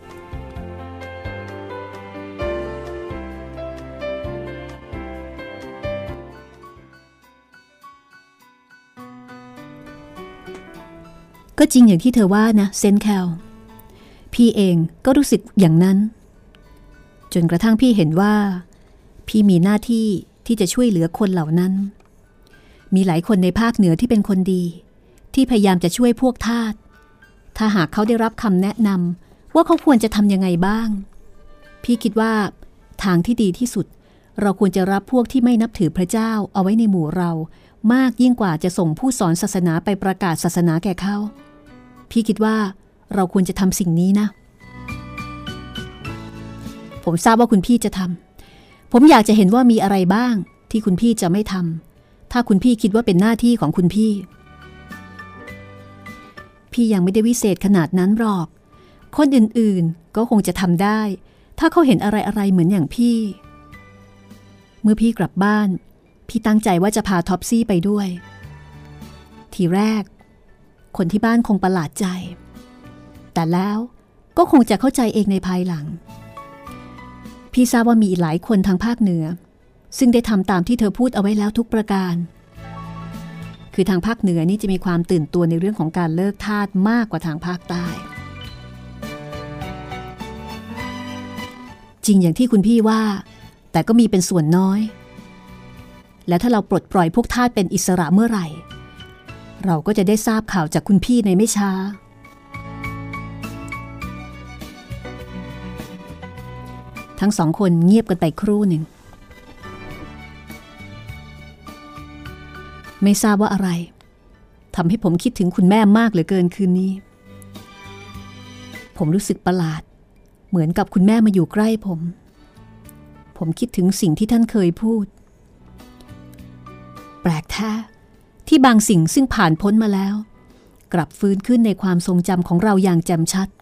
ก็จริงอย่างที่เธอว่านะเซนต์แคลพี่เองก็รู้สึกอย่างนั้นจนกระทั่งพี่เห็นว่าพี่มีหน้าที่ที่จะช่วยเหลือคนเหล่านั้นมีหลายคนในภาคเหนือที่เป็นคนดีที่พยายามจะช่วยพวกทาสถ้าหากเขาได้รับคำแนะนำว่าเขาควรจะทำยังไงบ้างพี่คิดว่าทางที่ดีที่สุดเราควรจะรับพวกที่ไม่นับถือพระเจ้าเอาไว้ในหมู่เรามากยิ่งกว่าจะส่งผู้สอนศาสนาไปประกาศศาสนาแก่เขาพี่คิดว่าเราควรจะทำสิ่งนี้นะผมทราบว่าคุณพี่จะทำผมอยากจะเห็นว่ามีอะไรบ้างที่คุณพี่จะไม่ทำถ้าคุณพี่คิดว่าเป็นหน้าที่ของคุณพี่พี่ยังไม่ได้วิเศษขนาดนั้นหรอกคนอื่นๆก็คงจะทำได้ถ้าเขาเห็นอะไรๆเหมือนอย่างพี่เมื่อพี่กลับบ้านพี่ตั้งใจว่าจะพาท็อปซี่ไปด้วยทีแรกคนที่บ้านคงประหลาดใจแต่แล้วก็คงจะเข้าใจเองในภายหลังพี่ทราบว่ามีหลายคนทางภาคเหนือซึ่งได้ทำตามที่เธอพูดเอาไว้แล้วทุกประการคือทางภาคเหนือนี่จะมีความตื่นตัวในเรื่องของการเลิกทาสมากกว่าทางภาคใต้จริงอย่างที่คุณพี่ว่าแต่ก็มีเป็นส่วนน้อยแล้วถ้าเราปลดปล่อยพวกทาสเป็นอิสระเมื่อไหร่เราก็จะได้ทราบข่าวจากคุณพี่ในไม่ช้าทั้งสองคนเงียบกันไปครู่หนึ่งไม่ทราบว่าอะไรทำให้ผมคิดถึงคุณแม่มากเหลือเกินคืนนี้ผมรู้สึกประหลาดเหมือนกับคุณแม่มาอยู่ใกล้ผมผผมคิดถึงสิ่งที่ท่านเคยพูดแปลกแท้ที่บางสิ่งซึ่งผ่านพ้นมาแล้วกลับฟื้นขึ้นในความทรงจำของเราอย่างแจ่มชัด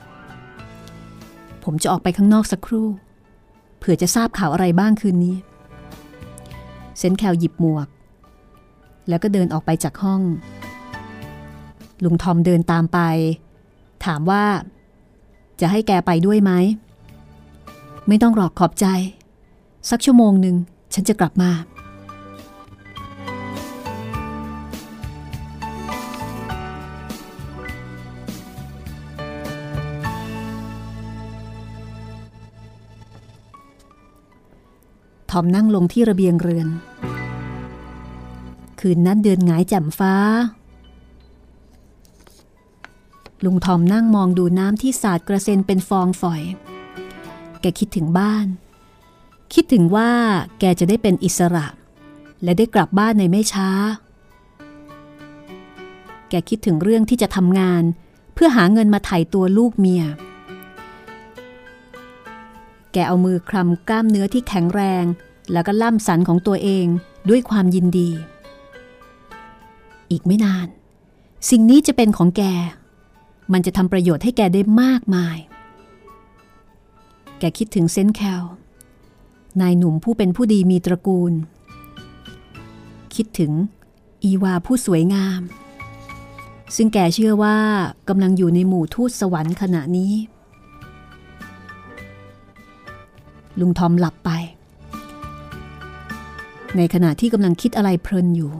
ผมจะออกไปข้างนอกสักครู่เผื่อจะทราบข่าวอะไรบ้างคืนนี้เซนแคลหยิบหมวกแล้วก็เดินออกไปจากห้องลุงทอมเดินตามไปถามว่าจะให้แกไปด้วยไหมไม่ต้องหรอกขอบใจสักชั่วโมงหนึ่งฉันจะกลับมาทอมนั่งลงที่ระเบียงเรือนคืนนั้นเดือนหงายแจ่มฟ้าลุงทอมนั่งมองดูน้ำที่สาดกระเซ็นเป็นฟองฝอยแกคิดถึงบ้านคิดถึงว่าแกจะได้เป็นอิสระและได้กลับบ้านในไม่ช้าแกคิดถึงเรื่องที่จะทำงานเพื่อหาเงินมาไถ่ตัวลูกเมียแกเอามือคลำกล้ามเนื้อที่แข็งแรงแล้วก็ล่ำสันของตัวเองด้วยความยินดีอีกไม่นานสิ่งนี้จะเป็นของแกมันจะทำประโยชน์ให้แกได้มากมายแกคิดถึงเซนแคลนายหนุ่มผู้เป็นผู้ดีมีตระกูลคิดถึงอีวาผู้สวยงามซึ่งแกเชื่อว่ากำลังอยู่ในหมู่ทูตสวรรค์ขณะนี้ลุงทอมหลับไปในขณะที่กำลังคิดอะไรเพลินอยู่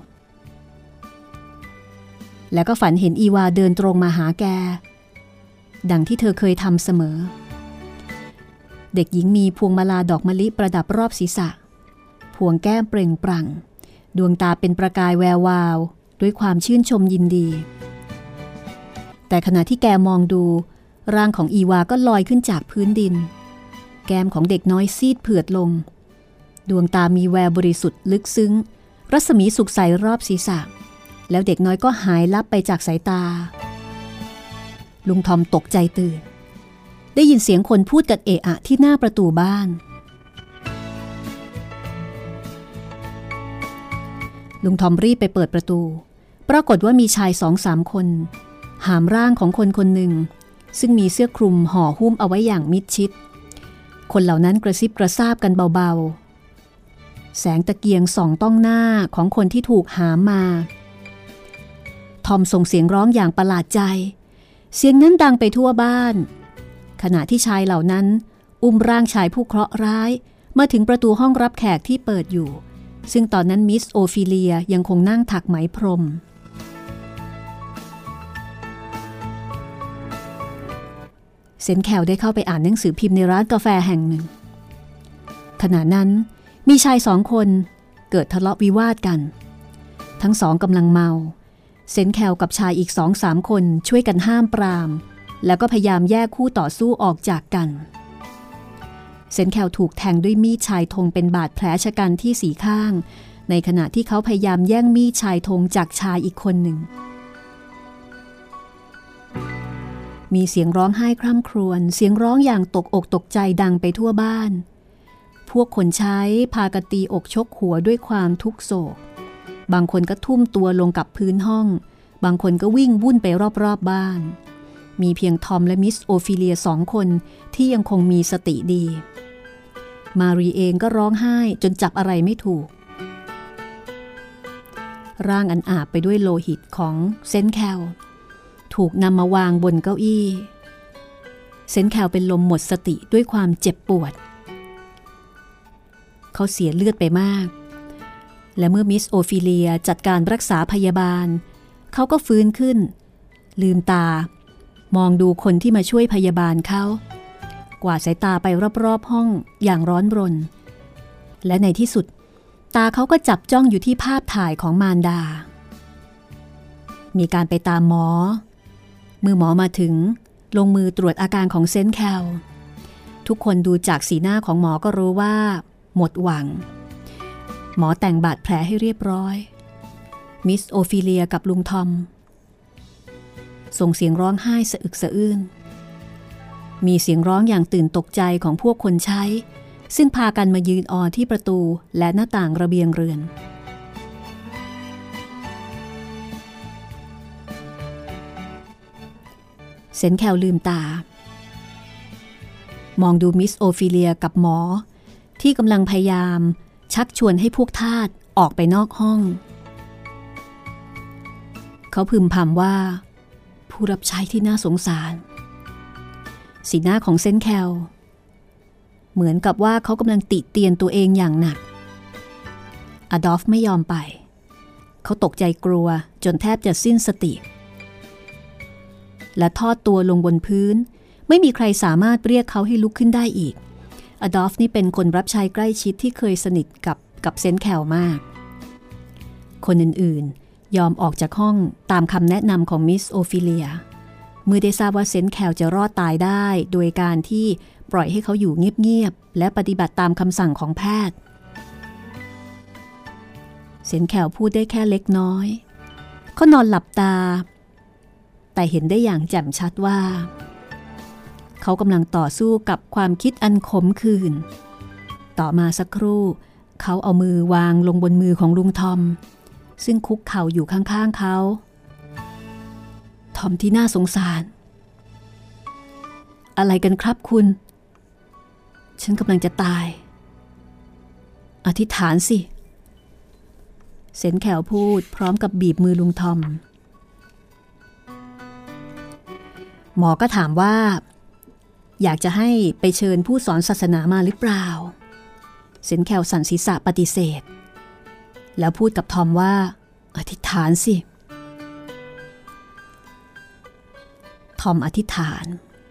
แล้วก็ฝันเห็นอีวาเดินตรงมาหาแกดังที่เธอเคยทำเสมอเด็กหญิงมีพวงมาลาดอกมะลิประดับรอบศีรษะพวงแก้มเปล่งปลั่งดวงตาเป็นประกายแวววาวด้วยความชื่นชมยินดีแต่ขณะที่แกมองดูร่างของอีวาก็ลอยขึ้นจากพื้นดินแก้มของเด็กน้อยซีดเผือดลงดวงตามีแววบริสุทธิ์ลึกซึ้งรัศมีสุขใสรอบศีรษะแล้วเด็กน้อยก็หายลับไปจากสายตาลุงทอมตกใจตื่นได้ยินเสียงคนพูดกันเอะอะที่หน้าประตูบ้านลุงทอมรีบไปเปิดประตูปรากฏว่ามีชายสองสามคนหามร่างของคนคนหนึ่งซึ่งมีเสื้อคลุมห่อหุ้มเอาไว้อย่างมิดชิดคนเหล่านั้นกระซิบกระซาบกันเบาๆแสงตะเกียงส่องต้องหน้าของคนที่ถูกหามมาทอมส่งเสียงร้องอย่างประหลาดใจเสียงนั้นดังไปทั่วบ้านขณะที่ชายเหล่านั้นอุ้มร่างชายผู้เคราะห์ร้ายมาถึงประตูห้องรับแขกที่เปิดอยู่ซึ่งตอนนั้นมิสโอฟิเลียยังคงนั่งถักไหมพรมเซนแคลได้เข้าไปอ่านหนังสือพิมพ์ในร้านกาแฟแห่งหนึ่งขณะนั้นมีชายสองคนเกิดทะเลาะวิวาทกันทั้งสองกำลังเมาเซนแคลกับชายอีกสองสามคนช่วยกันห้ามปรามแล้วก็พยายามแยกคู่ต่อสู้ออกจากกันเซนแคลถูกแทงด้วยมีดชายธงเป็นบาดแผลชะกันที่สี่ข้างในขณะที่เขาพยายามแย่งมีดชายธงจากชายอีกคนหนึ่งมีเสียงร้องไห้คร่ำครวญเสียงร้องอย่างตกอกตกใจดังไปทั่วบ้านพวกคนใช้พากันตีอกชกหัวด้วยความทุกโศกบางคนก็ทุ่มตัวลงกับพื้นห้องบางคนก็วิ่งวุ่นไปรอบๆ บ, บ้านมีเพียงทอมและมิสโอฟิเลียสองคนที่ยังคงมีสติดีมารีเองก็ร้องไห้จนจับอะไรไม่ถูกร่างอันอาบไปด้วยโลหิตของเซนแคลถูกนำมาวางบนเก้าอี้เซนแคลเป็นลมหมดสติด้วยความเจ็บปวดเขาเสียเลือดไปมากและเมื่อมิสโอฟิเลียจัดการรักษาพยาบาลเขาก็ฟื้นขึ้นลืมตามองดูคนที่มาช่วยพยาบาลเขากวาดสายตาไปรอบๆห้องอย่างร้อนรนและในที่สุดตาเขาก็จับจ้องอยู่ที่ภาพถ่ายของมารดามีการไปตามหมอเมื่อหมอมาถึงลงมือตรวจอาการของเซนแคลทุกคนดูจากสีหน้าของหมอก็รู้ว่าหมดหวังหมอแต่งบาดแผลให้เรียบร้อยมิสโอฟิเลียกับลุงทอมส่งเสียงร้องไห้สะอึกสะอื้นมีเสียงร้องอย่างตื่นตกใจของพวกคนใช้ซึ่งพากันมายืนออที่ประตูและหน้าต่างระเบียงเรือนเซนแคลลืมตามองดูมิสโอฟิเลียกับหมอที่กำลังพยายามชักชวนให้พวกทาสออกไปนอกห้องเขาพึมพำว่าผู้รับใช้ที่น่าสงสารสีหน้าของเซนแคลเหมือนกับว่าเขากำลังติเตียนตัวเองอย่างหนักอดอล์ฟไม่ยอมไปเขาตกใจกลัวจนแทบจะสิ้นสติและทอดตัวลงบนพื้นไม่มีใครสามารถเรียกเขาให้ลุกขึ้นได้อีกอดอล์ฟนี่เป็นคนรับใช้ใกล้ชิดที่เคยสนิทกับกับเซนแคลมากคนอื่นๆยอมออกจากห้องตามคำแนะนำของมิสโอฟิเลียเมื่อได้ทราบว่าเซนแคลจะรอดตายได้โดยการที่ปล่อยให้เขาอยู่เงียบๆและปฏิบัติตามคำสั่งของแพทย์เซนแคลพูดได้แค่เล็กน้อยเขานอนหลับตาแต่เห็นได้อย่างแจ่มชัดว่าเขากำลังต่อสู้กับความคิดอันขมขื่นต่อมาสักครู่เขาเอามือวางลงบนมือของลุงทอมซึ่งคุกเข่าอยู่ข้างๆเขาทอมที่น่าสงสารอะไรกันครับคุณฉันกำลังจะตายอธิษฐานสิเซนแคลพูดพร้อมกับบีบมือลุงทอมหมอก็ถามว่าอยากจะให้ไปเชิญผู้สอนศาสนามาหรือเปล่าเซนแคลสั่นศีรษะปฏิเสธแล้วพูดกับทอมว่าอธิษฐานสิทอมอธิษฐาน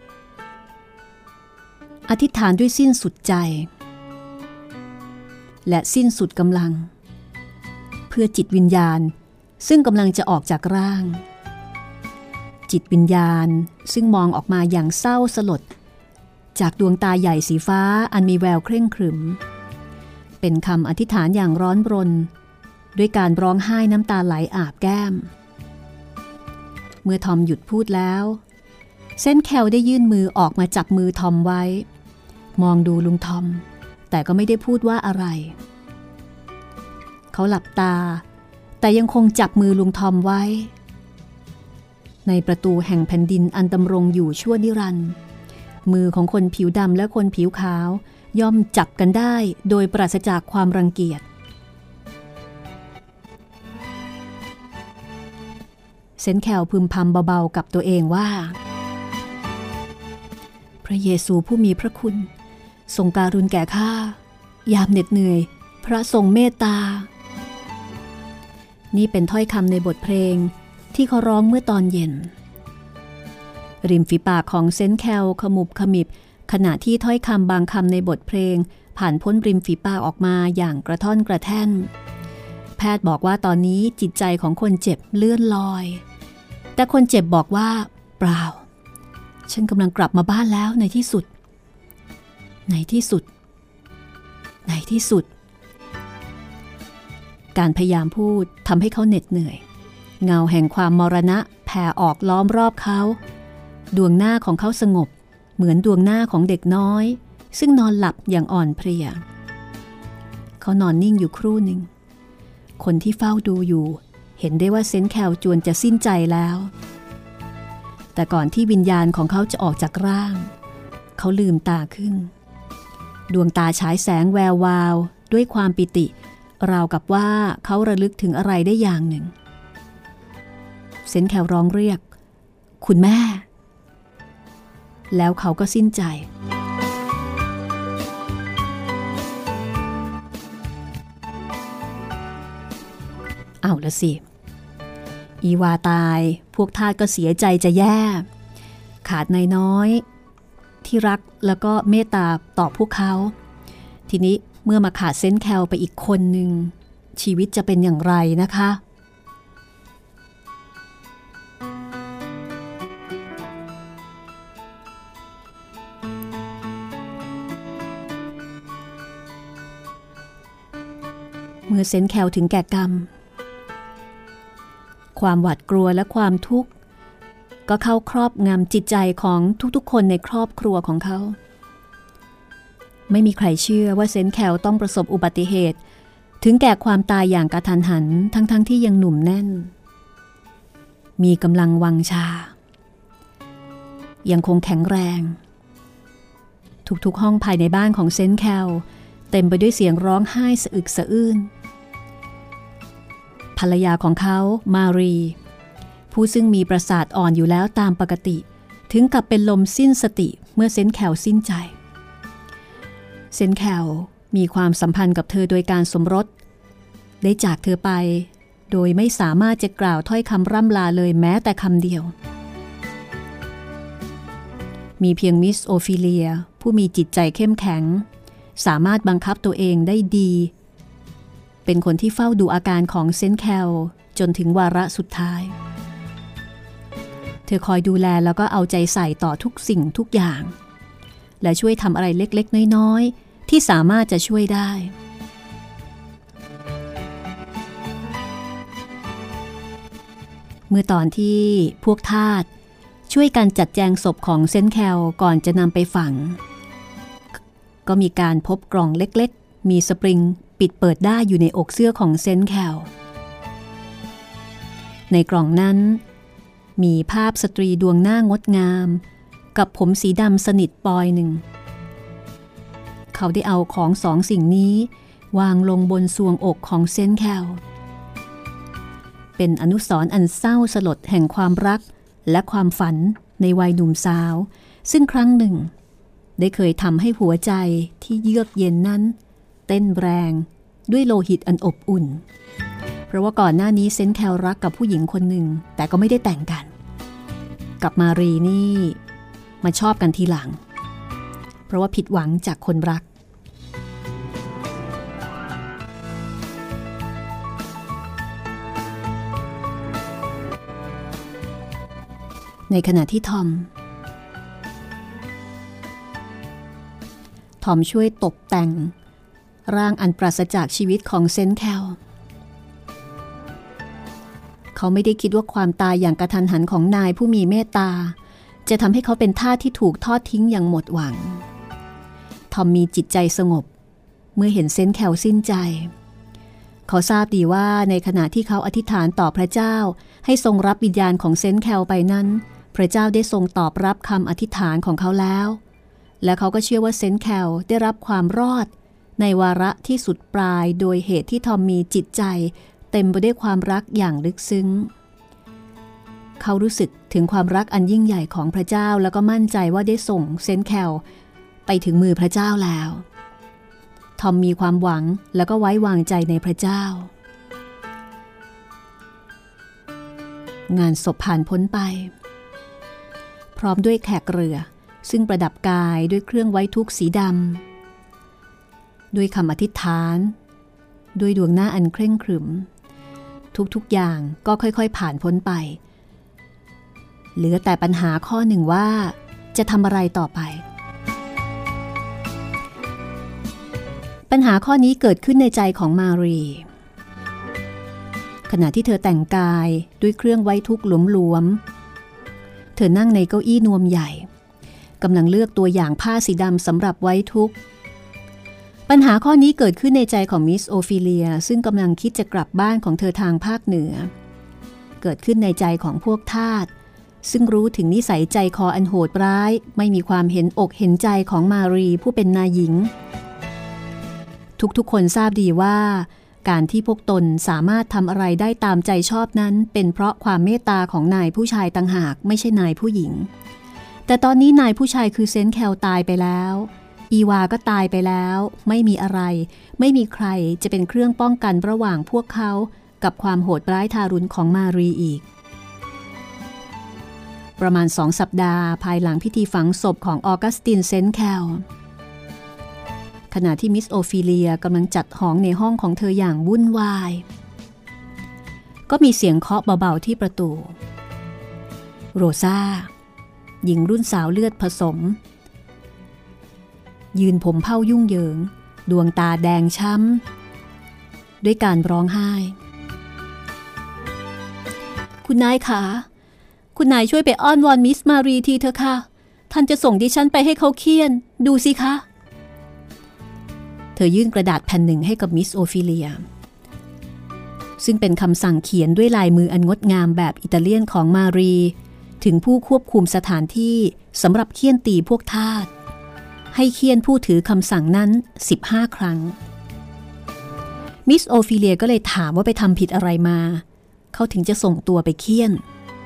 อธิษฐานด้วยสิ้นสุดใจและสิ้นสุดกำลังเพื่อจิตวิญญาณซึ่งกำลังจะออกจากร่างจิตวิญญาณซึ่งมองออกมาอย่างเศร้าสลดจากดวงตาใหญ่สีฟ้าอันมีแววเคร่งครึมเป็นคำอธิษฐานอย่างร้อนรนด้วยการร้องไห้น้ำตาไหลอาบแก้มเมื่อทอมหยุดพูดแล้วเซนแคลได้ยื่นมือออกมาจับมือทอมไว้มองดูลุงทอมแต่ก็ไม่ได้พูดว่าอะไรเขาหลับตาแต่ยังคงจับมือลุงทอมไว้ในประตูแห่งแผ่นดินอันดำรงอยู่ชั่วนิรันดร์มือของคนผิวดำและคนผิวขาวย่อมจับกันได้โดยปราศจากความรังเกียจเซนแคลพึมพำเบาๆกับตัวเองว่าพระเยซูผู้มีพระคุณทรงการุณแก่ข้ายามเหน็ดเหนื่อยพระทรงเมตตานี่เป็นถ้อยคำในบทเพลงที่เขาร้องเมื่อตอนเย็นริมฝีปากของเซนแคลขมุบขมิบขณะที่ถ้อยคำบางคำในบทเพลงผ่านพ้นริมฝีปากออกมาอย่างกระท่อนกระแท่นแพทย์บอกว่าตอนนี้จิตใจของคนเจ็บเลื่อนลอยแต่คนเจ็บบอกว่าเปล่าฉันกำลังกลับมาบ้านแล้วในที่สุดในที่สุดในที่สุดการพยายามพูดทำให้เขาเหน็ดเหนื่อยเงาแห่งความมรณะแผ่ออกล้อมรอบเขาดวงหน้าของเขาสงบเหมือนดวงหน้าของเด็กน้อยซึ่งนอนหลับอย่างอ่อนเพลียเขานอนนิ่งอยู่ครู่หนึ่งคนที่เฝ้าดูอยู่เห็นได้ว่าเซนแคลจวนจะสิ้นใจแล้วแต่ก่อนที่วิญญาณของเขาจะออกจากร่างเขาลืมตาขึ้นดวงตาฉายแสงแวววาวด้วยความปิติราวกับว่าเขาระลึกถึงอะไรได้อย่างหนึ่งเซนแคลร้องเรียกคุณแม่แล้วเขาก็สิ้นใจเอาละสิอีวาตายพวกทาสก็เสียใจจะแย่ขาดนายน้อยที่รักแล้วก็เมตตาต่อพวกเขาทีนี้เมื่อมาขาดเซนแคลไปอีกคนหนึ่งชีวิตจะเป็นอย่างไรนะคะเมื่อเซนแคลถึงแก่กรรมความหวาดกลัวและความทุกข์ก็เข้าครอบงำจิตใจของทุกๆคนในครอบครัวของเขาไม่มีใครเชื่อว่าเซนต์แคลต้องประสบอุบัติเหตุถึงแก่ความตายอย่างกระทันหันทั้งๆ ท, ที่ยังหนุ่มแน่นมีกำลังวังชายังคงแข็งแรงทุกๆห้องภายในบ้านของเซนต์แคลเต็มไปด้วยเสียงร้องไห้สะอึกสะอื้นภรรยาของเขามารีผู้ซึ่งมีประสาทอ่อนอยู่แล้วตามปกติถึงกับเป็นลมสิ้นสติเมื่อเซนต์แคลสิ้นใจเซนต์แคลมีความสัมพันธ์กับเธอโดยการสมรสได้จากเธอไปโดยไม่สามารถจะกล่าวถ้อยคำร่ำลาเลยแม้แต่คำเดียวมีเพียงมิสโอฟิเลียผู้มีจิตใจเข้มแข็งสามารถบังคับตัวเองได้ดีเป็นคนที่เฝ้าดูอาการของเซนต์แคลจนถึงวาระสุดท้ายเธอคอยดูแลแล้วก็เอาใจใส่ต่อทุกสิ่งทุกอย่างและช่วยทำอะไรเล็กๆน้อยๆที่สามารถจะช่วยได้เมื่อตอนที่พวกทาสช่วยกันจัดแจงศพของเซนต์แคลก่อนจะนำไปฝังก็มีการพบกล่องเล็กๆมีสปริงปิดเปิดได้อยู่ในอกเสื้อของเซนต์แคลในกล่องนั้นมีภาพสตรีดวงหน้างดงามกับผมสีดำสนิทปอยหนึ่งเขาได้เอาของสองสิ่งนี้วางลงบนทรวงอกของเซนต์แคลเป็นอนุสรณ์อันเศร้าสลดแห่งความรักและความฝันในวัยหนุ่มสาวซึ่งครั้งหนึ่งได้เคยทำให้หัวใจที่เยือกเย็นนั้นเต้นแรงด้วยโลหิตอันอบอุ่นเพราะว่าก่อนหน้านี้เซนต์แคลรักกับผู้หญิงคนหนึ่งแต่ก็ไม่ได้แต่งกันกับมารีนี่มาชอบกันทีหลังเพราะว่าผิดหวังจากคนรักในขณะที่ทอมทอมช่วยตกแต่งร่างอันปราศจากชีวิตของเซนต์แคลเขาไม่ได้คิดว่าความตายอย่างกระทันหันของนายผู้มีเมตตาจะทำให้เขาเป็นทาสที่ถูกทอดทิ้งอย่างหมดหวังทอมมีจิตใจสงบเมื่อเห็นเซนต์แคลสิ้นใจเขาทราบดีว่าในขณะที่เขาอธิษฐานต่อพระเจ้าให้ทรงรับวิญญาณของเซนต์แคลไปนั้นพระเจ้าได้ทรงตอบรับคำอธิษฐานของเขาแล้วและเขาก็เชื่อว่าเซนต์แคลได้รับความรอดในวาระที่สุดปลายโดยเหตุที่ทอมมีจิตใจเต็มไปด้วยความรักอย่างลึกซึ้งเขารู้สึกถึงความรักอันยิ่งใหญ่ของพระเจ้าแล้วก็มั่นใจว่าได้ส่งเซนต์แคลไปถึงมือพระเจ้าแล้วทอมมีความหวังแล้วก็ไว้วางใจในพระเจ้างานศพผ่านพ้นไปพร้อมด้วยแขกเรือซึ่งประดับกายด้วยเครื่องไว้ทุกข์สีดำด้วยคำอธิษฐานด้วยดวงหน้าอันเคร่งขรึมทุกๆอย่างก็ค่อยๆผ่านพ้นไปเหลือแต่ปัญหาข้อหนึ่งว่าจะทำอะไรต่อไปปัญหาข้อนี้เกิดขึ้นในใจของมารีขณะที่เธอแต่งกายด้วยเครื่องไว้ทุกข์หลวมๆเธอนั่งในเก้าอี้นวมใหญ่กำลังเลือกตัวอย่างผ้าสีดำสำหรับไว้ทุกข์ปัญหาข้อนี้เกิดขึ้นในใจของมิสโอฟิเลียซึ่งกำลังคิดจะกลับบ้านของเธอทางภาคเหนือเกิดขึ้นในใจของพวกทาสซึ่งรู้ถึงนิสัยใจคออันโหดร้ายไม่มีความเห็นอกเห็นใจของมารีผู้เป็นนายหญิงทุกๆคนทราบดีว่าการที่พวกตนสามารถทำอะไรได้ตามใจชอบนั้นเป็นเพราะความเมตตาของนายผู้ชายต่างหากไม่ใช่นายผู้หญิงแต่ตอนนี้นายผู้ชายคือเซนต์แคลตายไปแล้วอีวาก็ตายไปแล้วไม่มีอะไรไม่มีใครจะเป็นเครื่องป้องกันระหว่างพวกเขากับความโหดร้ายทารุณของมารีอีกประมาณสองสัปดาห์ภายหลังพิธีฝังศพของออกัสตินเซนต์แคลขณะที่มิสโอฟิเลียกำลังจัดของในห้องของเธออย่างวุ่นวายก็มีเสียงเคาะเบาๆที่ประตูโรซาหญิงรุ่นสาวเลือดผสมยืนผมเผ้ายุ่งเหยิงดวงตาแดงช้ำด้วยการร้องไห้คุณนายคะคุณนายช่วยไปอ้อนวอนมิสมารีทีเถอะค่ะท่านจะส่งดิฉันไปให้เขาเคี่ยนดูสิคะเธอยื่นกระดาษแผ่นหนึ่งให้กับมิสโอฟิเลียซึ่งเป็นคำสั่งเขียนด้วยลายมืออันงดงามแบบอิตาเลียนของมารีถึงผู้ควบคุมสถานที่สำหรับเฆี่ยนตีพวกทาสให้เฆี่ยนผู้ถือคำสั่งนั้นสิบห้าครั้งมิสโอฟิเลียก็เลยถามว่าไปทำผิดอะไรมาเขาถึงจะส่งตัวไปเฆี่ยน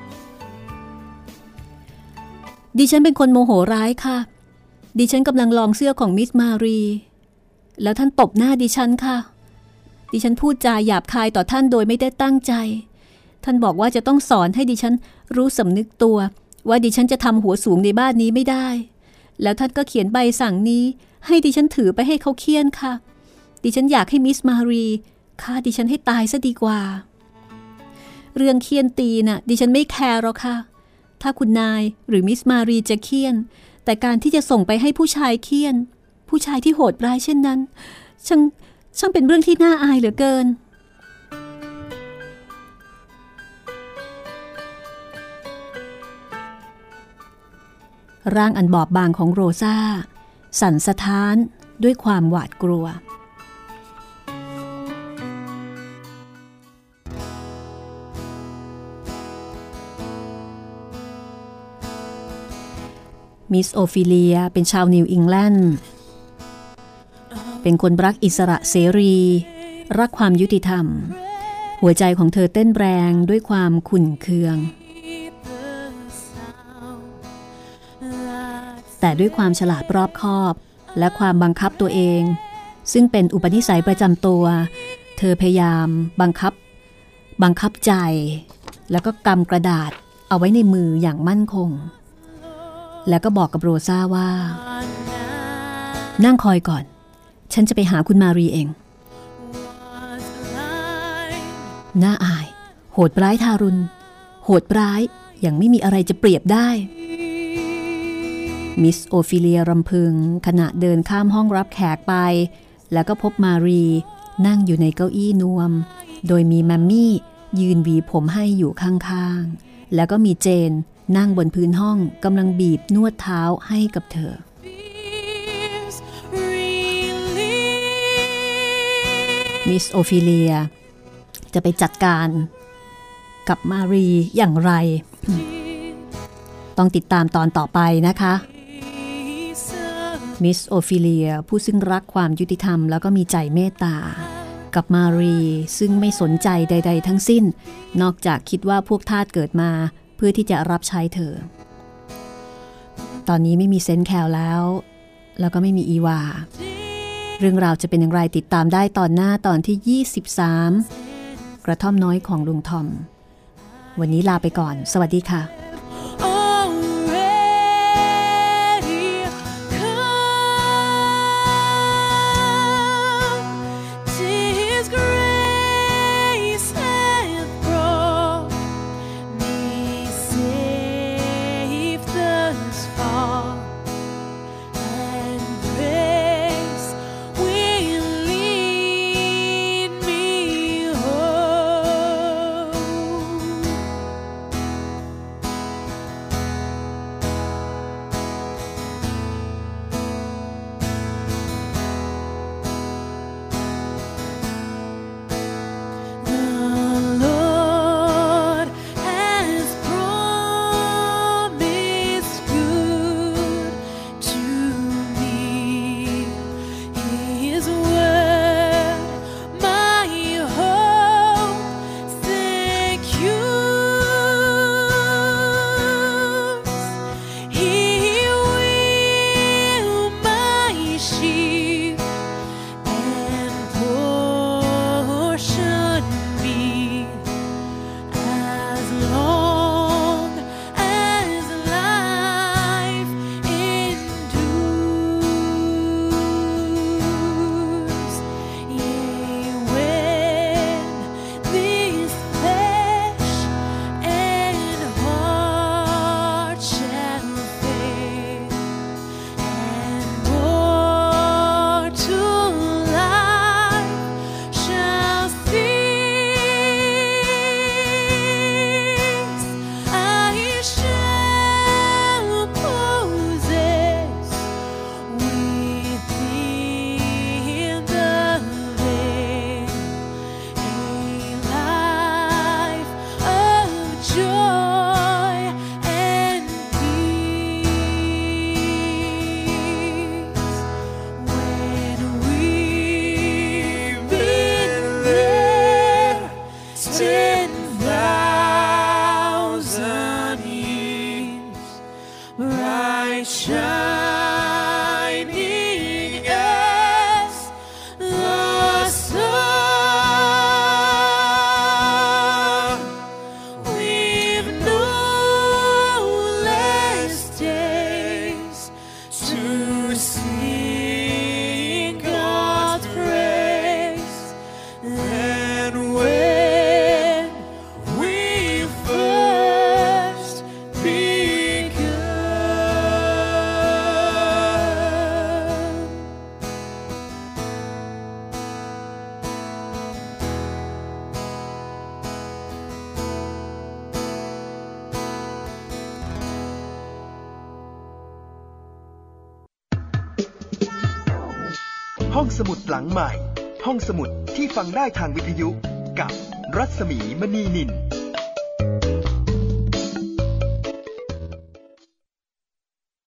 ดิฉันเป็นคนโมโหร้ายค่ะดิฉันกำลังลองเสื้อของมิสมารีแล้วท่านตบหน้าดิฉันค่ะดิฉันพูดจาหยาบคายต่อท่านโดยไม่ได้ตั้งใจท่านบอกว่าจะต้องสอนให้ดิฉันรู้สำนึกตัวว่าดิฉันจะทำหัวสูงในบ้านนี้ไม่ได้แล้วท่านก็เขียนใบสั่งนี้ให้ดิฉันถือไปให้เขาเฆี่ยนค่ะดิฉันอยากให้มิสมารีฆ่าดิฉันให้ตายซะดีกว่าเรื่องเฆี่ยนตีน่ะดิฉันไม่แคร์หรอกค่ะถ้าคุณนายหรือมิสมารีจะเฆี่ยนแต่การที่จะส่งไปให้ผู้ชายเฆี่ยนผู้ชายที่โหดร้ายเช่นนั้นช่างช่างเป็นเรื่องที่น่าอายเหลือเกินร่างอันบอบบางของโรซาสั่นสะท้านด้วยความหวาดกลัวมิสโอฟิเลียเป็นชาวนิวอิงแลนด์เป็นคนรักอิสระเสรีรักความยุติธรรมหัวใจของเธอเต้นแรงด้วยความขุ่นเคืองแต่ด้วยความฉลาดรอบคอบและความบังคับตัวเองซึ่งเป็นอุปนิสัยประจำตัวเธอพยายามบังคับบังคับใจแล้วก็กำกระดาษเอาไว้ในมืออย่างมั่นคงแล้วก็บอกกับโรซาว่านั่งคอยก่อนฉันจะไปหาคุณมารีเองน่าอายโหดร้ายทารุณโหดร้ายอย่างไม่มีอะไรจะเปรียบได้มิสโอฟิเลียรำพึงขณะเดินข้ามห้องรับแขกไปแล้วก็พบมารีนั่งอยู่ในเก้าอี้นวมโดยมีมัมมี่ยืนหวีผมให้อยู่ข้างๆแล้วก็มีเจนนั่งบนพื้นห้องกำลังบีบนวดเท้าให้กับเธอมิสโอฟิเลียจะไปจัดการกับมารีอย่างไรต้องติดตามตอนต่อไปนะคะมิสโอฟิเลียผู้ซึ่งรักความยุติธรรมแล้วก็มีใจเมตตากับมารีซึ่งไม่สนใจใดๆทั้งสิ้นนอกจากคิดว่าพวกทาสเกิดมาเพื่อที่จะรับใช้เธอตอนนี้ไม่มีเซนต์แคลแล้วแล้วก็ไม่มีอีวาเรื่องราวจะเป็นอย่างไรติดตามได้ตอนหน้าตอนที่ยี่สิบสามกระท่อมน้อยของลุงทอมวันนี้ลาไปก่อนสวัสดีค่ะห้องสมุดหลังใหม่ห้องสมุดที่ฟังได้ทางวิทยุกับรัศมีมณีนิน